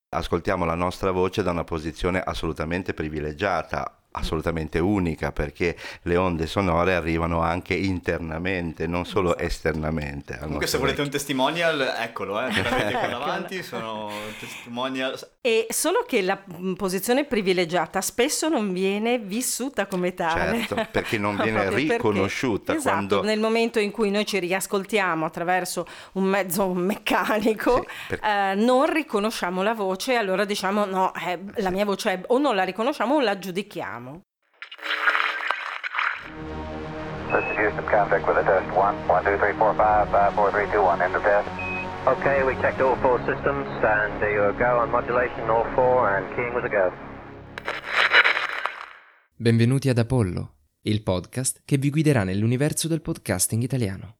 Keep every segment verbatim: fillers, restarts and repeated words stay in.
ascoltiamo la nostra voce da una posizione assolutamente privilegiata, assolutamente unica, perché le onde sonore arrivano anche internamente, non solo esternamente. Comunque se volete un testimonial, eccolo, eh, veramente qua davanti, sono testimonial. E solo che la posizione privilegiata spesso non viene vissuta come tale. Certo, perché non viene riconosciuta. Perché, esatto, quando... nel momento in cui noi ci riascoltiamo attraverso un mezzo meccanico, sì, per... eh, non riconosciamo la voce, allora diciamo no, eh, sì. la mia voce è... o non la riconosciamo o la giudichiamo. This is Houston, contact with a test. one, one, two, three, four, five, five, four, three, two, one, end of test. Okay, we checked all four systems, and you go on modulation, all four, and keying was a go. Benvenuti ad Apollo, il podcast che vi guiderà nell'universo del podcasting italiano.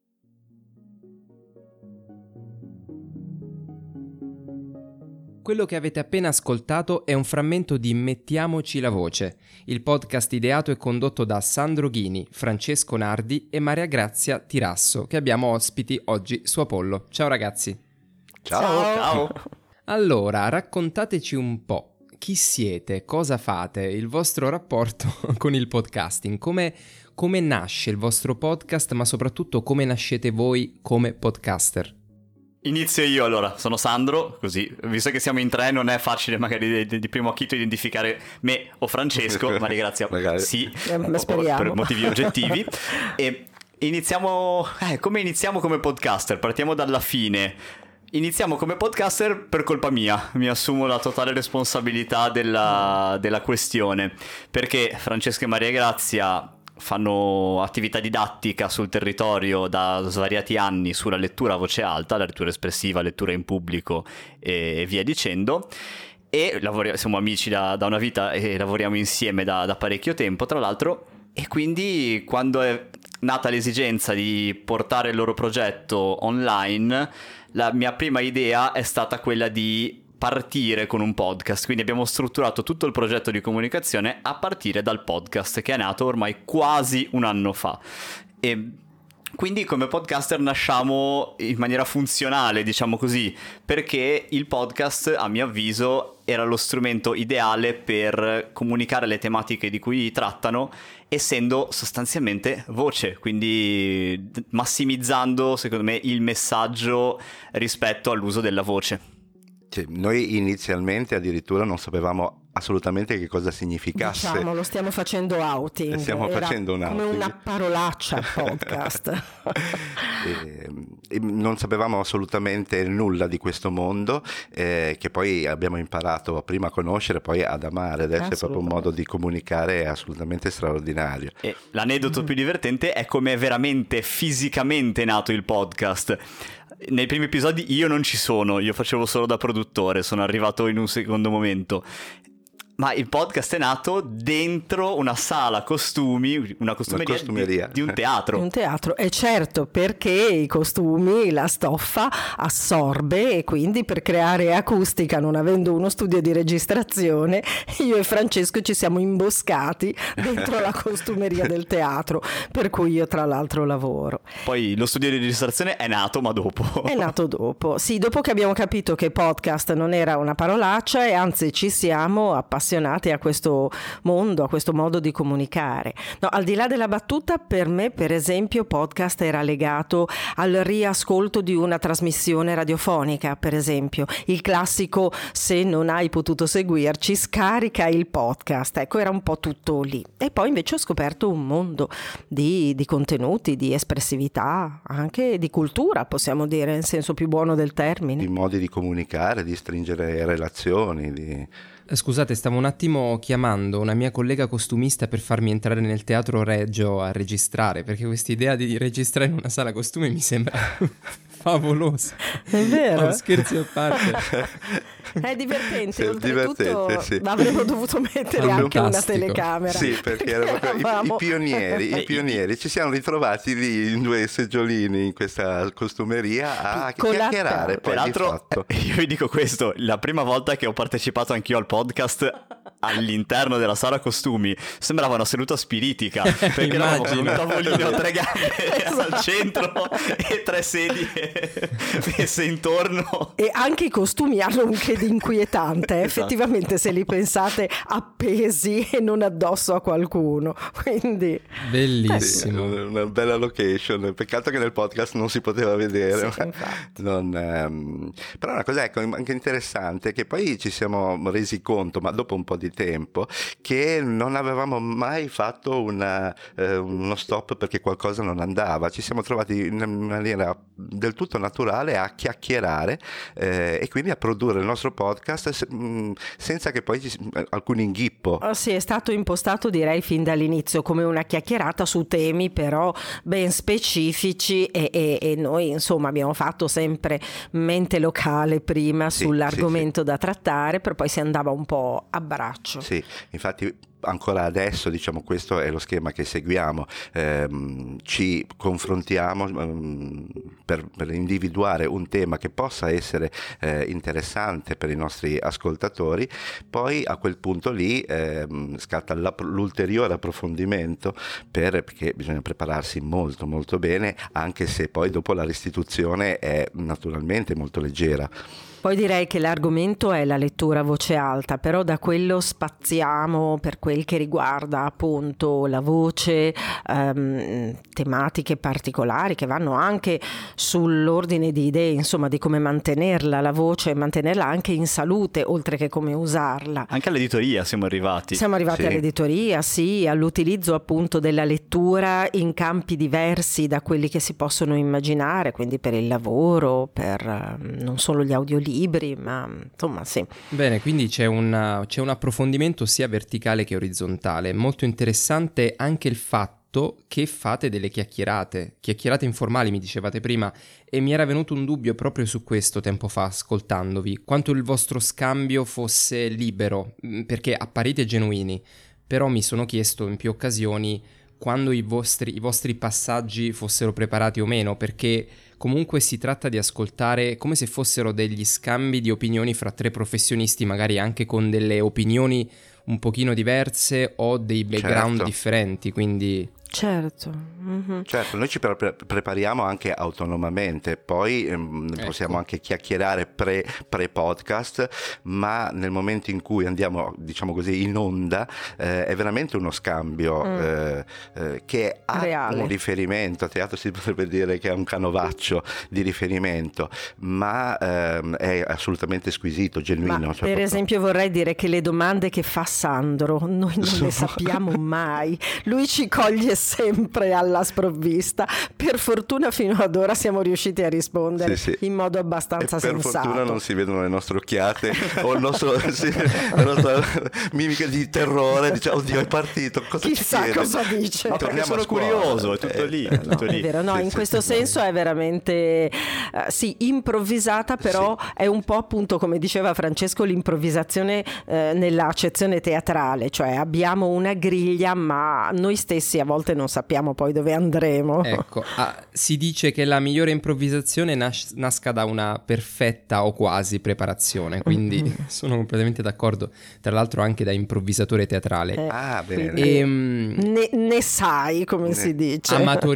Quello che avete appena ascoltato è un frammento di Mettiamoci la voce, il podcast ideato e condotto da Sandro Ghini, Francesco Nardi e Maria Grazia Tirasso, che abbiamo ospiti oggi su Apollo. Ciao ragazzi. Ciao. Ciao. Allora, raccontateci un po'. Chi siete? Cosa fate? Il vostro rapporto con il podcasting? Come, come nasce il vostro podcast, ma soprattutto come nascete voi come podcaster? Inizio io allora, sono Sandro, così, visto che siamo in tre non è facile magari di, di primo acchito identificare me o Francesco, Maria Grazia sì, eh, o, per motivi oggettivi. E iniziamo, eh, come iniziamo come podcaster? Partiamo dalla fine. Iniziamo come podcaster per colpa mia, mi assumo la totale responsabilità della, della questione, perché Francesco e Maria Grazia fanno attività didattica sul territorio da svariati anni sulla lettura a voce alta, la lettura espressiva, lettura in pubblico e via dicendo, e lavori- siamo amici da, da una vita e lavoriamo insieme da, da parecchio tempo tra l'altro, e quindi quando è nata l'esigenza di portare il loro progetto online, la mia prima idea è stata quella di partire con un podcast, quindi abbiamo strutturato tutto il progetto di comunicazione a partire dal podcast che è nato ormai quasi un anno fa, e quindi come podcaster nasciamo in maniera funzionale, diciamo così, perché il podcast a mio avviso era lo strumento ideale per comunicare le tematiche di cui trattano, essendo sostanzialmente voce, quindi massimizzando secondo me il messaggio rispetto all'uso della voce. Cioè, noi inizialmente addirittura non sapevamo assolutamente che cosa significasse. Diciamo, lo stiamo facendo outing. Stiamo Era facendo un outing. come una parolaccia podcast. e, e non sapevamo assolutamente nulla di questo mondo, eh, che poi abbiamo imparato prima a conoscere, poi ad amare. Adesso è proprio un modo di comunicare assolutamente straordinario. E l'aneddoto mm. più divertente è come è veramente fisicamente nato il podcast. Nei primi episodi io non ci sono, io facevo solo da produttore, sono arrivato in un secondo momento. Ma il podcast è nato dentro una sala costumi, una costumeria, una costumeria. Di, di un teatro. Un teatro, e certo, perché i costumi, la stoffa assorbe, e quindi per creare acustica, non avendo uno studio di registrazione, io e Francesco ci siamo imboscati dentro la costumeria del teatro, per cui io tra l'altro lavoro. Poi lo studio di registrazione è nato, ma dopo. È nato dopo, sì, dopo che abbiamo capito che podcast non era una parolaccia, e anzi ci siamo appassionati a questo mondo, a questo modo di comunicare. No, al di là della battuta, per me per esempio podcast era legato al riascolto di una trasmissione radiofonica, per esempio il classico se non hai potuto seguirci scarica il podcast, ecco, era un po' tutto lì. E poi invece ho scoperto un mondo di, di contenuti, di espressività, anche di cultura, possiamo dire in senso più buono del termine, di modi di comunicare, di stringere relazioni, di... Scusate, stavo un attimo chiamando una mia collega costumista per farmi entrare nel Teatro Regio a registrare, perché questa idea di registrare in una sala costume mi sembra favolosa. È vero? No, scherzi a parte. È divertente, sì, oltretutto divertente, sì. Avremmo dovuto mettere Fantastico. Anche una telecamera. Sì, perché, perché erano eravamo... i, i pionieri, i pionieri ci siamo ritrovati lì in due seggiolini in questa costumeria a Piccolata. chiacchierare. Poi Peraltro, di fatto... io vi dico questo, la prima volta che ho partecipato anch'io al podcast all'interno della sala costumi sembrava una seduta spiritica, perché eravamo con un tavolino a tre gambe al centro e tre sedie messe intorno. E anche i costumi hanno un che di inquietante, eh? Esatto. Effettivamente, se li pensate appesi e non addosso a qualcuno, quindi bellissimo. Sì, una bella location, peccato che nel podcast non si poteva vedere. Sì, non, ehm... però una cosa ecco, anche interessante, che poi ci siamo resi conto, ma dopo un po' di tempo, che non avevamo mai fatto una, eh, uno stop perché qualcosa non andava. Ci siamo trovati in maniera del tutto naturale a chiacchierare eh, e quindi a produrre il nostro podcast se, mh, senza che poi ci, alcun inghippo. Oh, sì, è stato impostato direi fin dall'inizio come una chiacchierata su temi però ben specifici e, e, e noi insomma abbiamo fatto sempre mente locale prima sì, sull'argomento sì, sì. da trattare, però poi si andava un po' a braccio. Sì, infatti ancora adesso diciamo questo è lo schema che seguiamo, ehm, ci confrontiamo ehm, per, per individuare un tema che possa essere eh, interessante per i nostri ascoltatori, poi a quel punto lì ehm, scatta l'ulteriore approfondimento per, perché bisogna prepararsi molto molto bene, anche se poi dopo la restituzione è naturalmente molto leggera. Poi direi che l'argomento è la lettura a voce alta, però da quello spaziamo per quel che riguarda appunto la voce, ehm, tematiche particolari che vanno anche sull'ordine di idee, insomma di come mantenerla la voce e mantenerla anche in salute, oltre che come usarla. Anche all'editoria siamo arrivati. Siamo arrivati sì. all'editoria, sì, all'utilizzo appunto della lettura in campi diversi da quelli che si possono immaginare, quindi per il lavoro, per non solo gli audiolibri, libri, ma insomma sì. Bene, quindi c'è, una, c'è un approfondimento sia verticale che orizzontale. Molto interessante anche il fatto che fate delle chiacchierate, chiacchierate informali mi dicevate prima, e mi era venuto un dubbio proprio su questo tempo fa ascoltandovi, quanto il vostro scambio fosse libero, perché apparite genuini, però mi sono chiesto in più occasioni quando i vostri, i vostri passaggi fossero preparati o meno, perché comunque si tratta di ascoltare come se fossero degli scambi di opinioni fra tre professionisti, magari anche con delle opinioni un pochino diverse o dei background certo. differenti, quindi... Certo. Mm-hmm. Certo, noi ci pre- prepariamo anche autonomamente, poi ehm, ecco. possiamo anche chiacchierare pre, pre-podcast, ma nel momento in cui andiamo, diciamo così, in onda, eh, è veramente uno scambio mm. eh, eh, che ha Reale. un riferimento, a teatro si potrebbe dire che è un canovaccio di riferimento, ma ehm, è assolutamente squisito, genuino. Ma cioè per proprio... esempio vorrei dire che le domande che fa Sandro noi non le sappiamo mai, lui ci coglie sempre alla sprovvista. Per fortuna fino ad ora siamo riusciti a rispondere sì, sì. in modo abbastanza e per sensato. Per fortuna non si vedono le nostre occhiate o il nostro, sì, la nostra mimica di terrore, diciamo oddio è partito, cosa chissà ci cosa dice. Ma perché sono curioso, è tutto lì, è tutto no, lì. È vero, no, sì, in sì, questo sì, senso è veramente uh, sì, improvvisata, però sì. è un po' appunto come diceva Francesco l'improvvisazione eh, nella accezione teatrale, cioè abbiamo una griglia ma noi stessi a volte non sappiamo poi dove andremo. Ecco, ah, si dice che la migliore improvvisazione nas- nasca da una perfetta o quasi preparazione, quindi mm-hmm. sono completamente d'accordo, tra l'altro anche da improvvisatore teatrale. Eh, ah, bene. E, ne, ne sai come ne. si dice.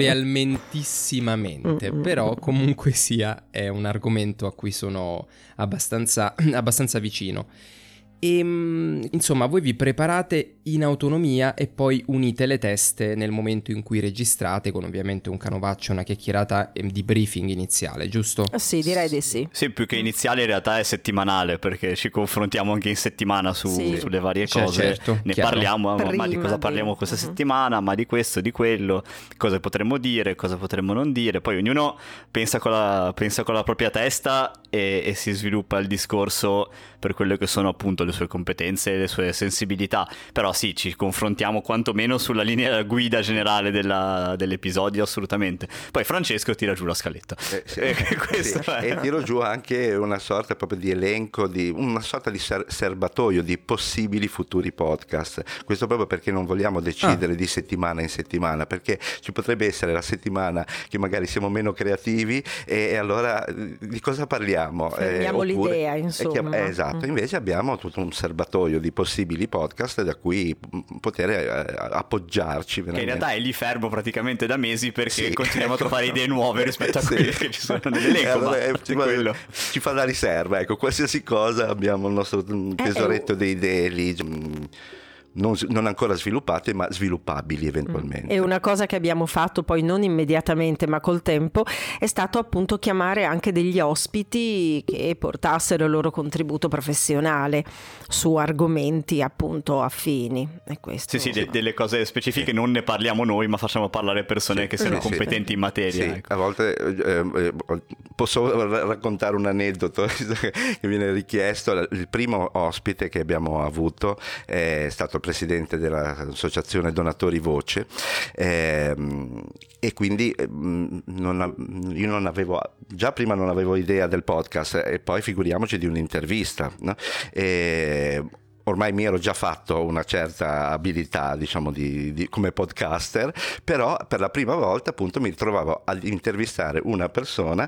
Amatorialmentissimamente, mm-hmm. però comunque sia è un argomento a cui sono abbastanza, abbastanza vicino. E insomma voi vi preparate in autonomia e poi unite le teste nel momento in cui registrate, con ovviamente un canovaccio, una chiacchierata di briefing iniziale, giusto? Sì, direi di sì. Sì, più che iniziale in realtà è settimanale, perché ci confrontiamo anche in settimana su, sì. sulle varie cioè, cose, certo, ne chiaro. parliamo, Prima ma di cosa parliamo di... questa uh-huh. settimana, ma di questo, di quello, cosa potremmo dire, cosa potremmo non dire, poi ognuno pensa con la, pensa con la propria testa e, e si sviluppa il discorso per quello che sono appunto le sue competenze e le sue sensibilità, però sì, ci confrontiamo quantomeno sulla linea guida generale della, dell'episodio, assolutamente. Poi Francesco tira giù la scaletta eh, sì, e, sì. e tiro giù anche una sorta proprio di elenco, di una sorta di ser- serbatoio di possibili futuri podcast, questo proprio perché non vogliamo decidere ah. di settimana in settimana, perché ci potrebbe essere la settimana che magari siamo meno creativi e, e allora di cosa parliamo? Fermiamo eh, oppure, l'idea, insomma. Chiam- eh, esatto, invece abbiamo tutto un serbatoio di possibili podcast da cui poter eh, appoggiarci veramente. Che in realtà è lì fermo praticamente da mesi perché sì, continuiamo ecco. a trovare idee nuove rispetto a quelle sì. che ci sono nell'elenco, allora, ma eh, ci, fa, quello. ci fa la riserva, ecco, qualsiasi cosa abbiamo il nostro tesoretto eh, di idee lì, non, non ancora sviluppate ma sviluppabili eventualmente. E una cosa che abbiamo fatto poi non immediatamente ma col tempo è stato appunto chiamare anche degli ospiti che portassero il loro contributo professionale su argomenti appunto affini. E questo... Sì, sì, de- delle cose specifiche sì. non ne parliamo noi ma facciamo parlare persone sì. che siano sì, competenti sì. in materia. Sì, ecco. A volte eh, posso raccontare un aneddoto che viene richiesto. Il primo ospite che abbiamo avuto è stato presidente dell'associazione Donatori Voce ehm, e quindi ehm, non, io non avevo già prima non avevo idea del podcast e poi figuriamoci di un'intervista, no? E ormai mi ero già fatto una certa abilità, diciamo, di, di, come podcaster, però per la prima volta appunto mi ritrovavo ad intervistare una persona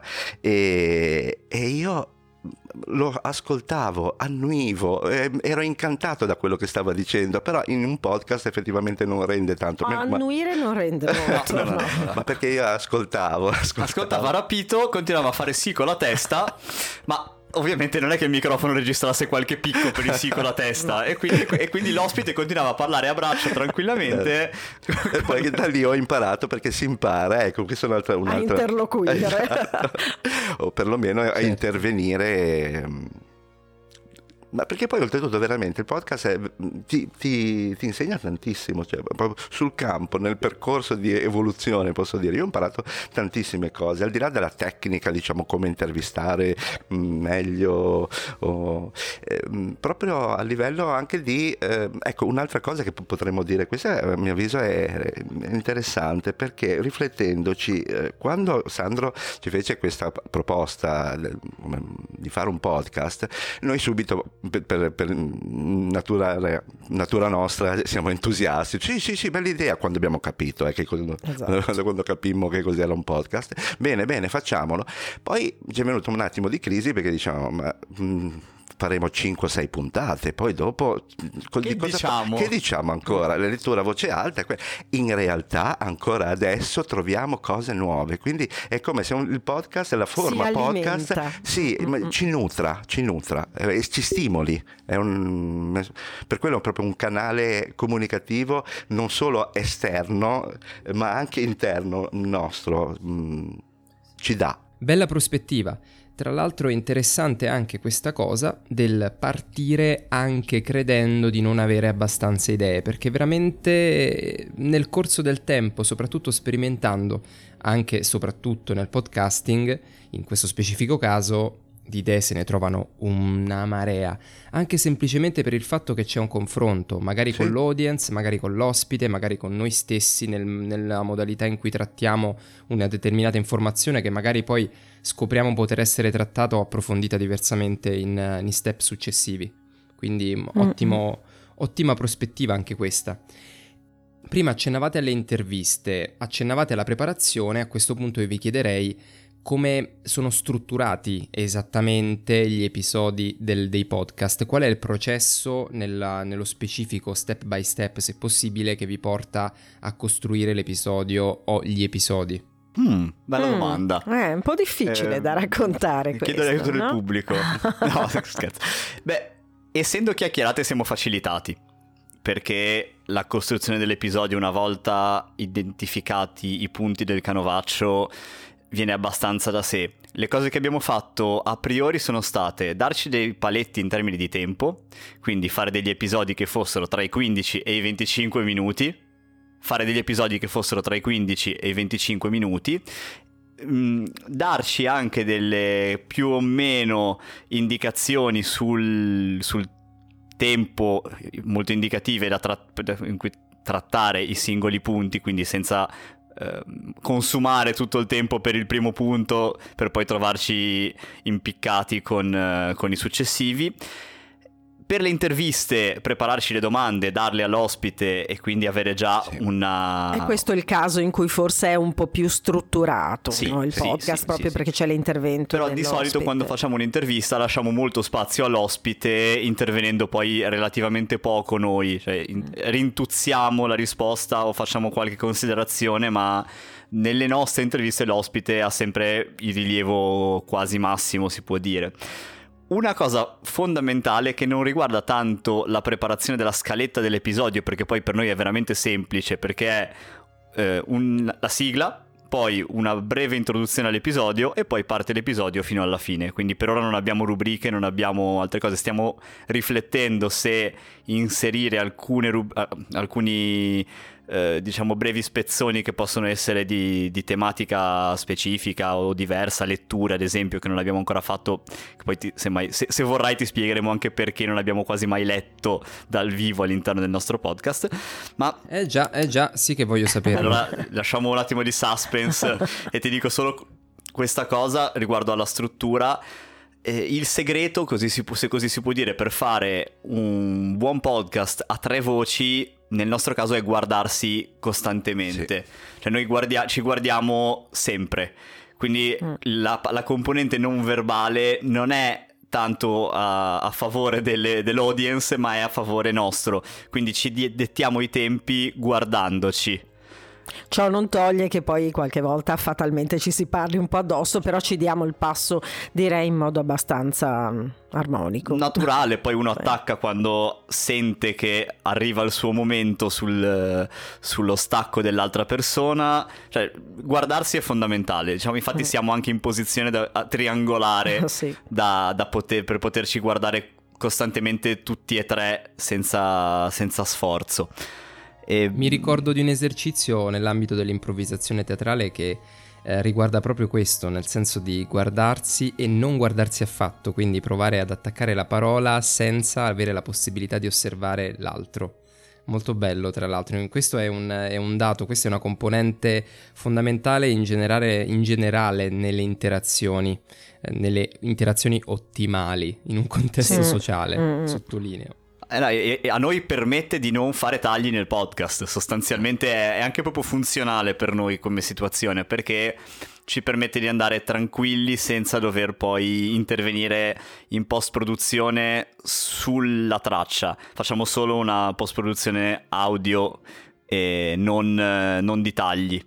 e, e io lo ascoltavo, annuivo, eh, ero incantato da quello che stava dicendo, però in un podcast effettivamente non rende tanto. Ma annuire non rende molto. no, no, no, no, no. Ma perché io ascoltavo, ascoltavo. Ascoltava rapito, continuava a fare sì con la testa, ma ovviamente non è che il microfono registrasse qualche picco per il sì con la testa e quindi, e quindi l'ospite continuava a parlare a braccio tranquillamente e poi da lì ho imparato, perché si impara, ecco, questa è un'altra, un'altra... a interloquire esatto. o perlomeno a certo. intervenire, ma perché poi oltretutto veramente il podcast è, ti, ti, ti insegna tantissimo, cioè, proprio sul campo, nel percorso di evoluzione, posso dire. Io ho imparato tantissime cose, al di là della tecnica, diciamo, come intervistare meglio, o, eh, proprio a livello anche di, eh, ecco, un'altra cosa che potremmo dire, questa a mio avviso è interessante, perché riflettendoci, eh, quando Sandro ci fece questa proposta di fare un podcast, noi subito Per, per, per natura, natura nostra siamo entusiasti, sì sì sì, bella idea, quando abbiamo capito eh, che cosa, esatto. quando capimmo che cos'era un podcast, bene bene, facciamolo. Poi ci è venuto un attimo di crisi, perché diciamo ma mh, faremo cinque sei puntate, poi dopo che, di cosa diciamo? Fa, che diciamo ancora? La lettura a voce alta, in realtà ancora adesso troviamo cose nuove, quindi è come se un, il podcast, la forma si podcast sì, mm-hmm. ci nutra, ci nutra, eh, ci stimoli, è un, per quello è proprio un canale comunicativo non solo esterno ma anche interno nostro, mh, ci dà. Bella prospettiva. Tra l'altro è interessante anche questa cosa del partire anche credendo di non avere abbastanza idee, perché veramente nel corso del tempo, soprattutto sperimentando, anche e soprattutto nel podcasting, in questo specifico caso, di idee se ne trovano una marea, anche semplicemente per il fatto che c'è un confronto, magari sì. con l'audience, magari con l'ospite, magari con noi stessi nel, nella modalità in cui trattiamo una determinata informazione che magari poi scopriamo poter essere trattata o approfondita diversamente in, in step successivi. Quindi mm-hmm. ottimo, ottima prospettiva anche questa. Prima accennavate alle interviste, accennavate alla preparazione, a questo punto io vi chiederei come sono strutturati esattamente gli episodi del, dei podcast, qual è il processo nella, nello specifico, step by step se possibile, che vi porta a costruire l'episodio o gli episodi? Mm, bella mm, domanda. È un po' difficile eh, da raccontare questo, chiedo l'aiuto no? del pubblico. No, scherzo. Beh, essendo chiacchierate siamo facilitati, perché la costruzione dell'episodio, una volta identificati i punti del canovaccio, viene abbastanza da sé. Le cose che abbiamo fatto a priori sono state darci dei paletti in termini di tempo, quindi fare degli episodi che fossero tra i quindici e i venticinque minuti, fare degli episodi che fossero tra i quindici e i venticinque minuti, mh, darci anche delle più o meno indicazioni sul, sul tempo, molto indicative da tra- in cui trattare i singoli punti, quindi senza consumare tutto il tempo per il primo punto per poi trovarci impiccati con, uh, con i successivi. per le interviste prepararci le domande, darle all'ospite e quindi avere già sì. una... E questo è il caso in cui forse è un po' più strutturato, sì, no? Il sì, podcast sì, proprio sì, perché sì. c'è l'intervento Però di solito quando facciamo un'intervista lasciamo molto spazio all'ospite, intervenendo poi relativamente poco noi, cioè in... rintuzziamo la risposta o facciamo qualche considerazione, ma nelle nostre interviste l'ospite ha sempre il rilievo quasi massimo, si può dire. Una cosa fondamentale che non riguarda tanto la preparazione della scaletta dell'episodio, perché poi per noi è veramente semplice, perché è eh, un, la sigla, poi una breve introduzione all'episodio e poi parte l'episodio fino alla fine. Quindi per ora non abbiamo rubriche, non abbiamo altre cose, stiamo riflettendo se inserire alcune rub- alcuni eh, diciamo brevi spezzoni che possono essere di, di tematica specifica o diversa, lettura ad esempio, che non abbiamo ancora fatto, che poi ti, se, mai, se, se vorrai ti spiegheremo anche perché non abbiamo quasi mai letto dal vivo all'interno del nostro podcast. Ma eh già, eh già, sì che voglio sapere. Allora lasciamo un attimo di suspense e ti dico solo questa cosa riguardo alla struttura. Eh, il segreto, così si può, se così si può dire, per fare un buon podcast a tre voci, nel nostro caso, è guardarsi costantemente. Sì. Cioè noi guardia- ci guardiamo sempre. Quindi mm. la, la componente non verbale non è tanto a, a favore delle, dell'audience, ma è a favore nostro. Quindi ci dettiamo i tempi guardandoci. Ciò non toglie che poi qualche volta fatalmente ci si parli un po' addosso, però ci diamo il passo, direi, in modo abbastanza armonico. Naturale, poi uno attacca quando sente che arriva il suo momento sul, sullo stacco dell'altra persona. Cioè, guardarsi è fondamentale. Diciamo, infatti mm. siamo anche in posizione da, triangolare sì. da, da poter, per poterci guardare costantemente tutti e tre senza, senza sforzo. E... Mi ricordo di un esercizio nell'ambito dell'improvvisazione teatrale che eh, riguarda proprio questo, nel senso di guardarsi e non guardarsi affatto, quindi provare ad attaccare la parola senza avere la possibilità di osservare l'altro. Molto bello, tra l'altro. Questo è un, è un dato, questa è una componente fondamentale in generale, in generale nelle interazioni, eh, nelle interazioni ottimali in un contesto sì. sociale, mm. sottolineo. Eh, a noi permette di non fare tagli nel podcast, sostanzialmente è anche proprio funzionale per noi come situazione, perché ci permette di andare tranquilli senza dover poi intervenire in post-produzione sulla traccia. Facciamo solo una post-produzione audio e non, non di tagli.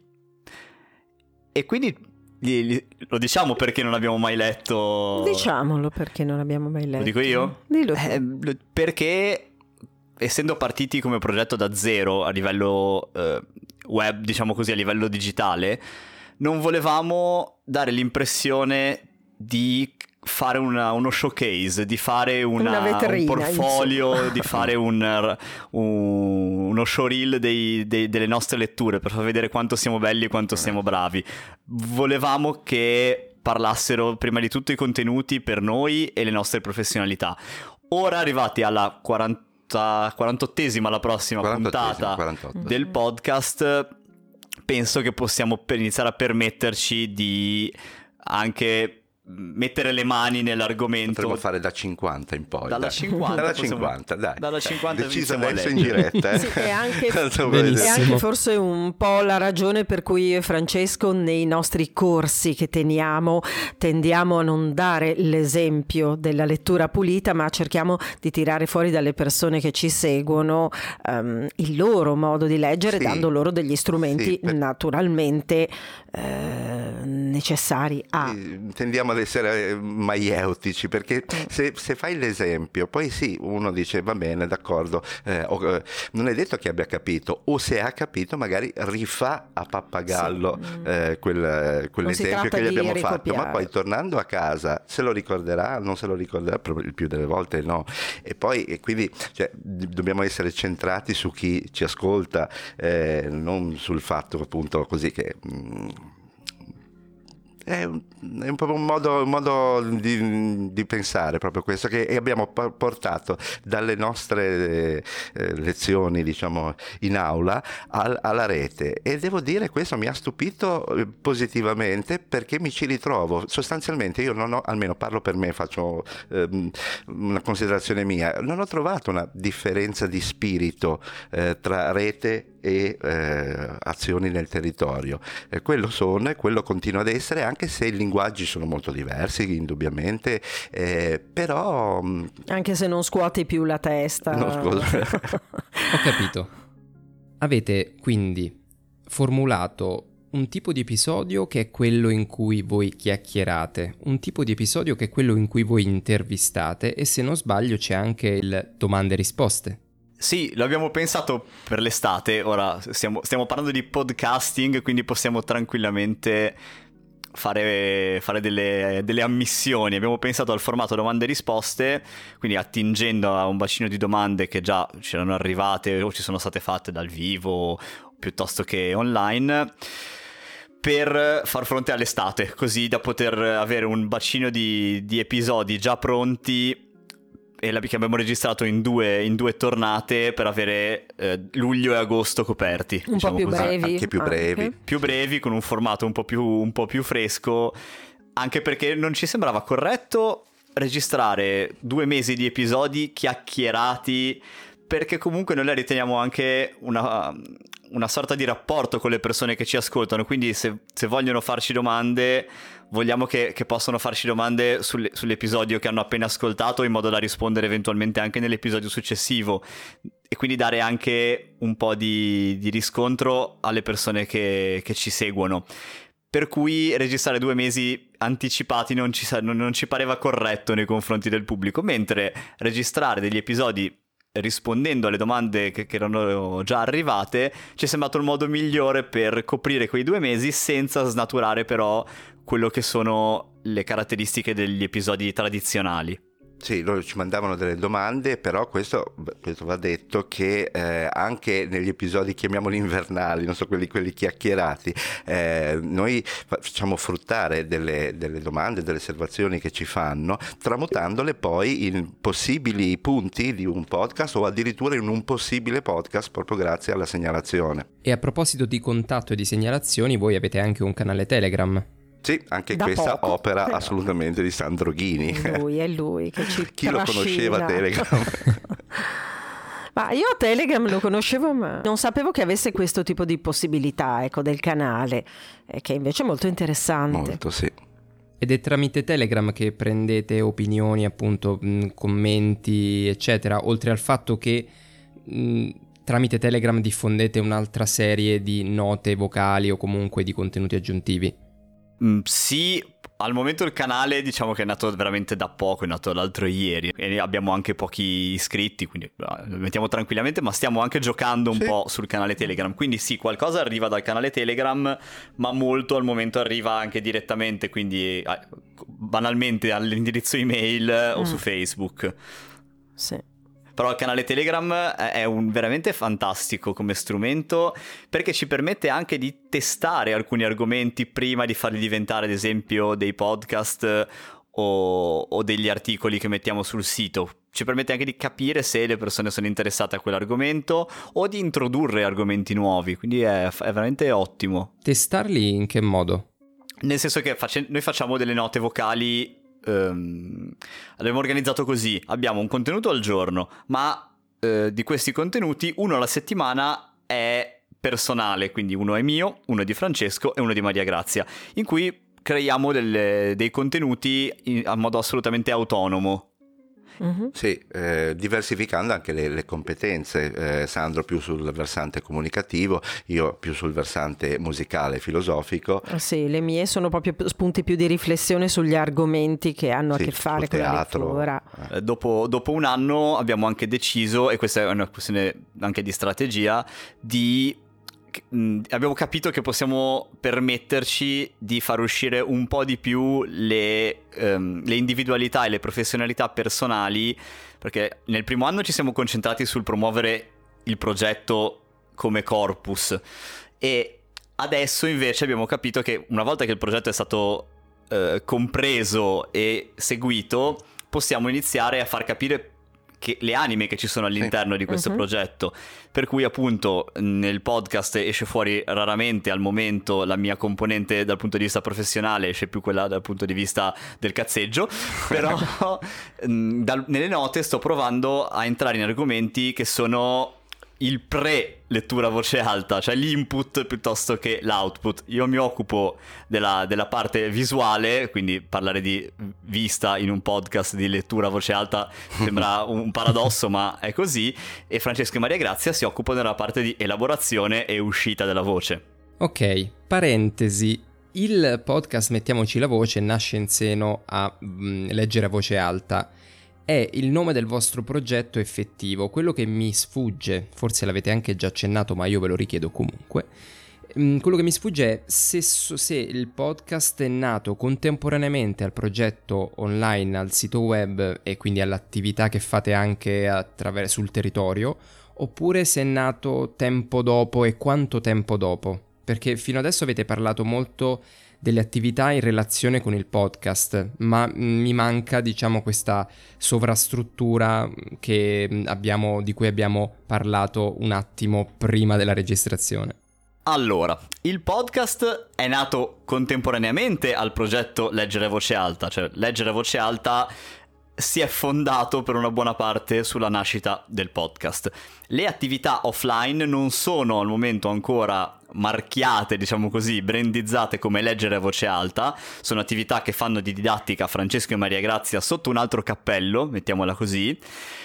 E quindi lo diciamo perché non abbiamo mai letto. Diciamolo perché non abbiamo mai letto. Lo dico io? Dillo tu. Eh, perché essendo partiti come progetto da zero a livello eh, web, diciamo così, a livello digitale, non volevamo dare l'impressione di fare una, uno showcase, di fare una, una vetrina, un portfolio, insomma. di fare un, un, uno showreel dei, dei, delle nostre letture per far vedere quanto siamo belli e quanto siamo bravi. Volevamo che parlassero prima di tutto i contenuti per noi e le nostre professionalità. Ora, arrivati alla quaranta, quarantottesima, la prossima puntata quarantotto del podcast, penso che possiamo per iniziare a permetterci di anche mettere le mani nell'argomento. Potremmo fare da cinquanta in poi. Dalla dai. cinquanta, dalla possiamo... cinquanta, dai. Dalla cinquanta deciso adesso in diretta. Eh? Sì, è anche, Benissimo. è anche forse un po' la ragione per cui io e Francesco nei nostri corsi che teniamo tendiamo a non dare l'esempio della lettura pulita, ma cerchiamo di tirare fuori dalle persone che ci seguono um, il loro modo di leggere, sì, dando loro degli strumenti sì, per... naturalmente eh, necessari a... Tendiamo ad essere maieutici, perché se, se fai l'esempio poi sì, uno dice va bene, d'accordo, eh, o, eh, non è detto che abbia capito, o se ha capito magari rifà a pappagallo sì. eh, quel, quell'esempio che gli abbiamo fatto, ma poi tornando a casa se lo ricorderà, non se lo ricorderà, il più delle volte no. E poi e quindi cioè, dobbiamo essere centrati su chi ci ascolta, eh, non sul fatto appunto così che mh, è un, è un, un modo, un modo di, di pensare proprio questo, che abbiamo portato dalle nostre eh, lezioni, diciamo, in aula al, alla rete, e devo dire questo mi ha stupito positivamente, perché mi ci ritrovo. Sostanzialmente io non ho, almeno parlo per me, faccio ehm, una considerazione mia, non ho trovato una differenza di spirito eh, tra rete e eh, azioni nel territorio. Eh, quello sono e quello continua ad essere, anche se i linguaggi sono molto diversi indubbiamente, eh, però anche se non scuoti più la testa. No, scusa. Ho capito. Avete quindi formulato un tipo di episodio che è quello in cui voi chiacchierate, un tipo di episodio che è quello in cui voi intervistate, e se non sbaglio c'è anche il domande e risposte. Sì, lo abbiamo pensato per l'estate. Ora stiamo, stiamo parlando di podcasting, quindi possiamo tranquillamente fare, fare delle, delle ammissioni. Abbiamo pensato al formato domande e risposte, quindi attingendo a un bacino di domande che già c'erano arrivate o ci sono state fatte dal vivo piuttosto che online, per far fronte all'estate, così da poter avere un bacino di, di episodi già pronti, e la, che abbiamo registrato in due, in due tornate, per avere eh, luglio e agosto coperti. Un diciamo po' più così. brevi. Anche più brevi. Anche. Più brevi, con un formato un po' più, un po' più fresco, anche perché non ci sembrava corretto registrare due mesi di episodi chiacchierati, perché comunque noi la riteniamo anche una, una sorta di rapporto con le persone che ci ascoltano, quindi se, se vogliono farci domande, vogliamo che, che possano farci domande sulle, sull'episodio che hanno appena ascoltato, in modo da rispondere eventualmente anche nell'episodio successivo, e quindi dare anche un po' di, di riscontro alle persone che, che ci seguono. Per cui registrare due mesi anticipati non ci, non, non ci pareva corretto nei confronti del pubblico, mentre registrare degli episodi rispondendo alle domande che, che erano già arrivate ci è sembrato il modo migliore per coprire quei due mesi senza snaturare però quello che sono le caratteristiche degli episodi tradizionali. Sì, loro ci mandavano delle domande, però questo, questo va detto che eh, anche negli episodi, chiamiamoli invernali, non so, quelli, quelli chiacchierati, eh, noi facciamo fruttare delle, delle domande, delle osservazioni che ci fanno, tramutandole poi in possibili punti di un podcast, o addirittura in un possibile podcast, proprio grazie alla segnalazione. E a proposito di contatto e di segnalazioni, voi avete anche un canale Telegram. Sì, anche Da questa poco, opera però. assolutamente di Sandro Ghini. È lui, è lui che ci Chi lo conosceva Telegram? Ma io Telegram lo conoscevo, ma non sapevo che avesse questo tipo di possibilità, ecco, del canale, eh, che invece è molto interessante. Molto, sì. Ed è tramite Telegram che prendete opinioni, appunto, mh, commenti, eccetera, oltre al fatto che mh, tramite Telegram diffondete un'altra serie di note vocali o comunque di contenuti aggiuntivi. Mm, sì, al momento il canale diciamo che è nato veramente da poco, è nato l'altro ieri e abbiamo anche pochi iscritti, quindi lo mettiamo tranquillamente, ma stiamo anche giocando un sì. po' sul canale Telegram, quindi sì, qualcosa arriva dal canale Telegram, ma molto al momento arriva anche direttamente, quindi eh, banalmente all'indirizzo email mm. o su Facebook. Sì. Però il canale Telegram è un veramente fantastico come strumento, perché ci permette anche di testare alcuni argomenti prima di farli diventare, ad esempio, dei podcast o, o degli articoli che mettiamo sul sito. Ci permette anche di capire se le persone sono interessate a quell'argomento o di introdurre argomenti nuovi, quindi è, è veramente ottimo. Testarli in che modo? Nel senso che face- noi facciamo delle note vocali. Um, abbiamo organizzato così: abbiamo un contenuto al giorno, ma uh, di questi contenuti uno alla settimana è personale, quindi uno è mio, uno è di Francesco e uno di Maria Grazia, in cui creiamo delle, dei contenuti in, a modo assolutamente autonomo. Mm-hmm. Sì, eh, diversificando anche le, le competenze, eh, Sandro più sul versante comunicativo, io più sul versante musicale, filosofico. Ah, sì, le mie sono proprio spunti più di riflessione sugli argomenti che hanno sì, a che fare con teatro. la lettura. Eh, dopo, dopo un anno abbiamo anche deciso, e questa è una questione anche di strategia, di abbiamo capito che possiamo permetterci di far uscire un po' di più le, um, le individualità e le professionalità personali, perché nel primo anno ci siamo concentrati sul promuovere il progetto come corpus, e adesso invece abbiamo capito che una volta che il progetto è stato eh, compreso e seguito, possiamo iniziare a far capire che le anime che ci sono all'interno sì. di questo uh-huh. progetto, per cui appunto nel podcast esce fuori raramente al momento la mia componente dal punto di vista professionale, esce più quella dal punto di vista del cazzeggio, però dal, nelle note sto provando a entrare in argomenti che sono il pre lettura a voce alta, cioè l'input piuttosto che l'output. Io mi occupo della, della parte visuale, quindi parlare di vista in un podcast di lettura a voce alta sembra un paradosso, ma è così. E Francesco e Maria Grazia si occupano della parte di elaborazione e uscita della voce. Ok, parentesi. Il podcast Mettiamoci la voce nasce in seno a mh, Leggere a voce alta. È il nome del vostro progetto effettivo. Quello che mi sfugge, forse l'avete anche già accennato, ma io ve lo richiedo comunque, quello che mi sfugge è se, se il podcast è nato contemporaneamente al progetto online, al sito web e quindi all'attività che fate anche attraverso sul territorio, oppure se è nato tempo dopo e quanto tempo dopo, perché fino adesso avete parlato molto delle attività in relazione con il podcast, ma mi manca, diciamo, questa sovrastruttura che abbiamo, di cui abbiamo parlato un attimo prima della registrazione. Allora, il podcast è nato contemporaneamente al progetto Leggere a voce alta, cioè Leggere a voce alta si è fondato per una buona parte sulla nascita del podcast. Le attività offline non sono al momento ancora marchiate, diciamo così, brandizzate come Leggere a voce alta, sono attività che fanno di didattica Francesco e Maria Grazia sotto un altro cappello, mettiamola così,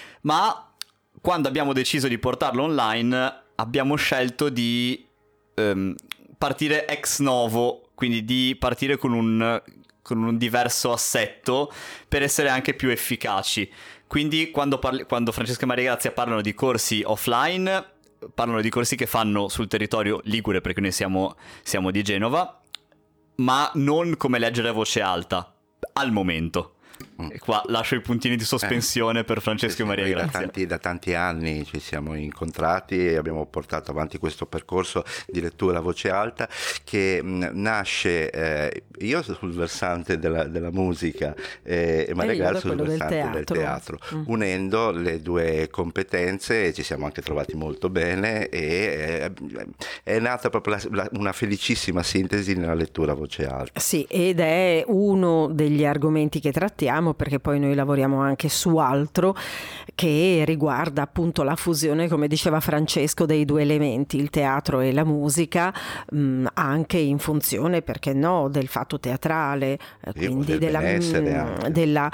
ma quando abbiamo deciso di portarlo online abbiamo scelto di ehm, partire ex novo, quindi di partire con un... con un diverso assetto per essere anche più efficaci. Quindi quando, parli, quando Francesco e Maria Grazia parlano di corsi offline, parlano di corsi che fanno sul territorio ligure, perché noi siamo, siamo di Genova, ma non come Leggere a voce alta, al momento. E qua lascio i puntini di sospensione eh, per Francesco sì, e Maria Grazia. Da tanti, da tanti anni ci siamo incontrati e abbiamo portato avanti questo percorso di lettura a voce alta che mh, nasce eh, io sul versante della, della musica eh, e Maria Grazia sul versante del teatro, del teatro mm. unendo le due competenze ci siamo anche trovati molto bene e eh, è nata proprio la, la, una felicissima sintesi nella lettura a voce alta. Sì, ed è uno degli argomenti che trattiamo, perché poi noi lavoriamo anche su altro che riguarda appunto la fusione, come diceva Francesco, dei due elementi, il teatro e la musica, mh, anche in funzione, perché no, del fatto teatrale, eh, quindi della, mh, della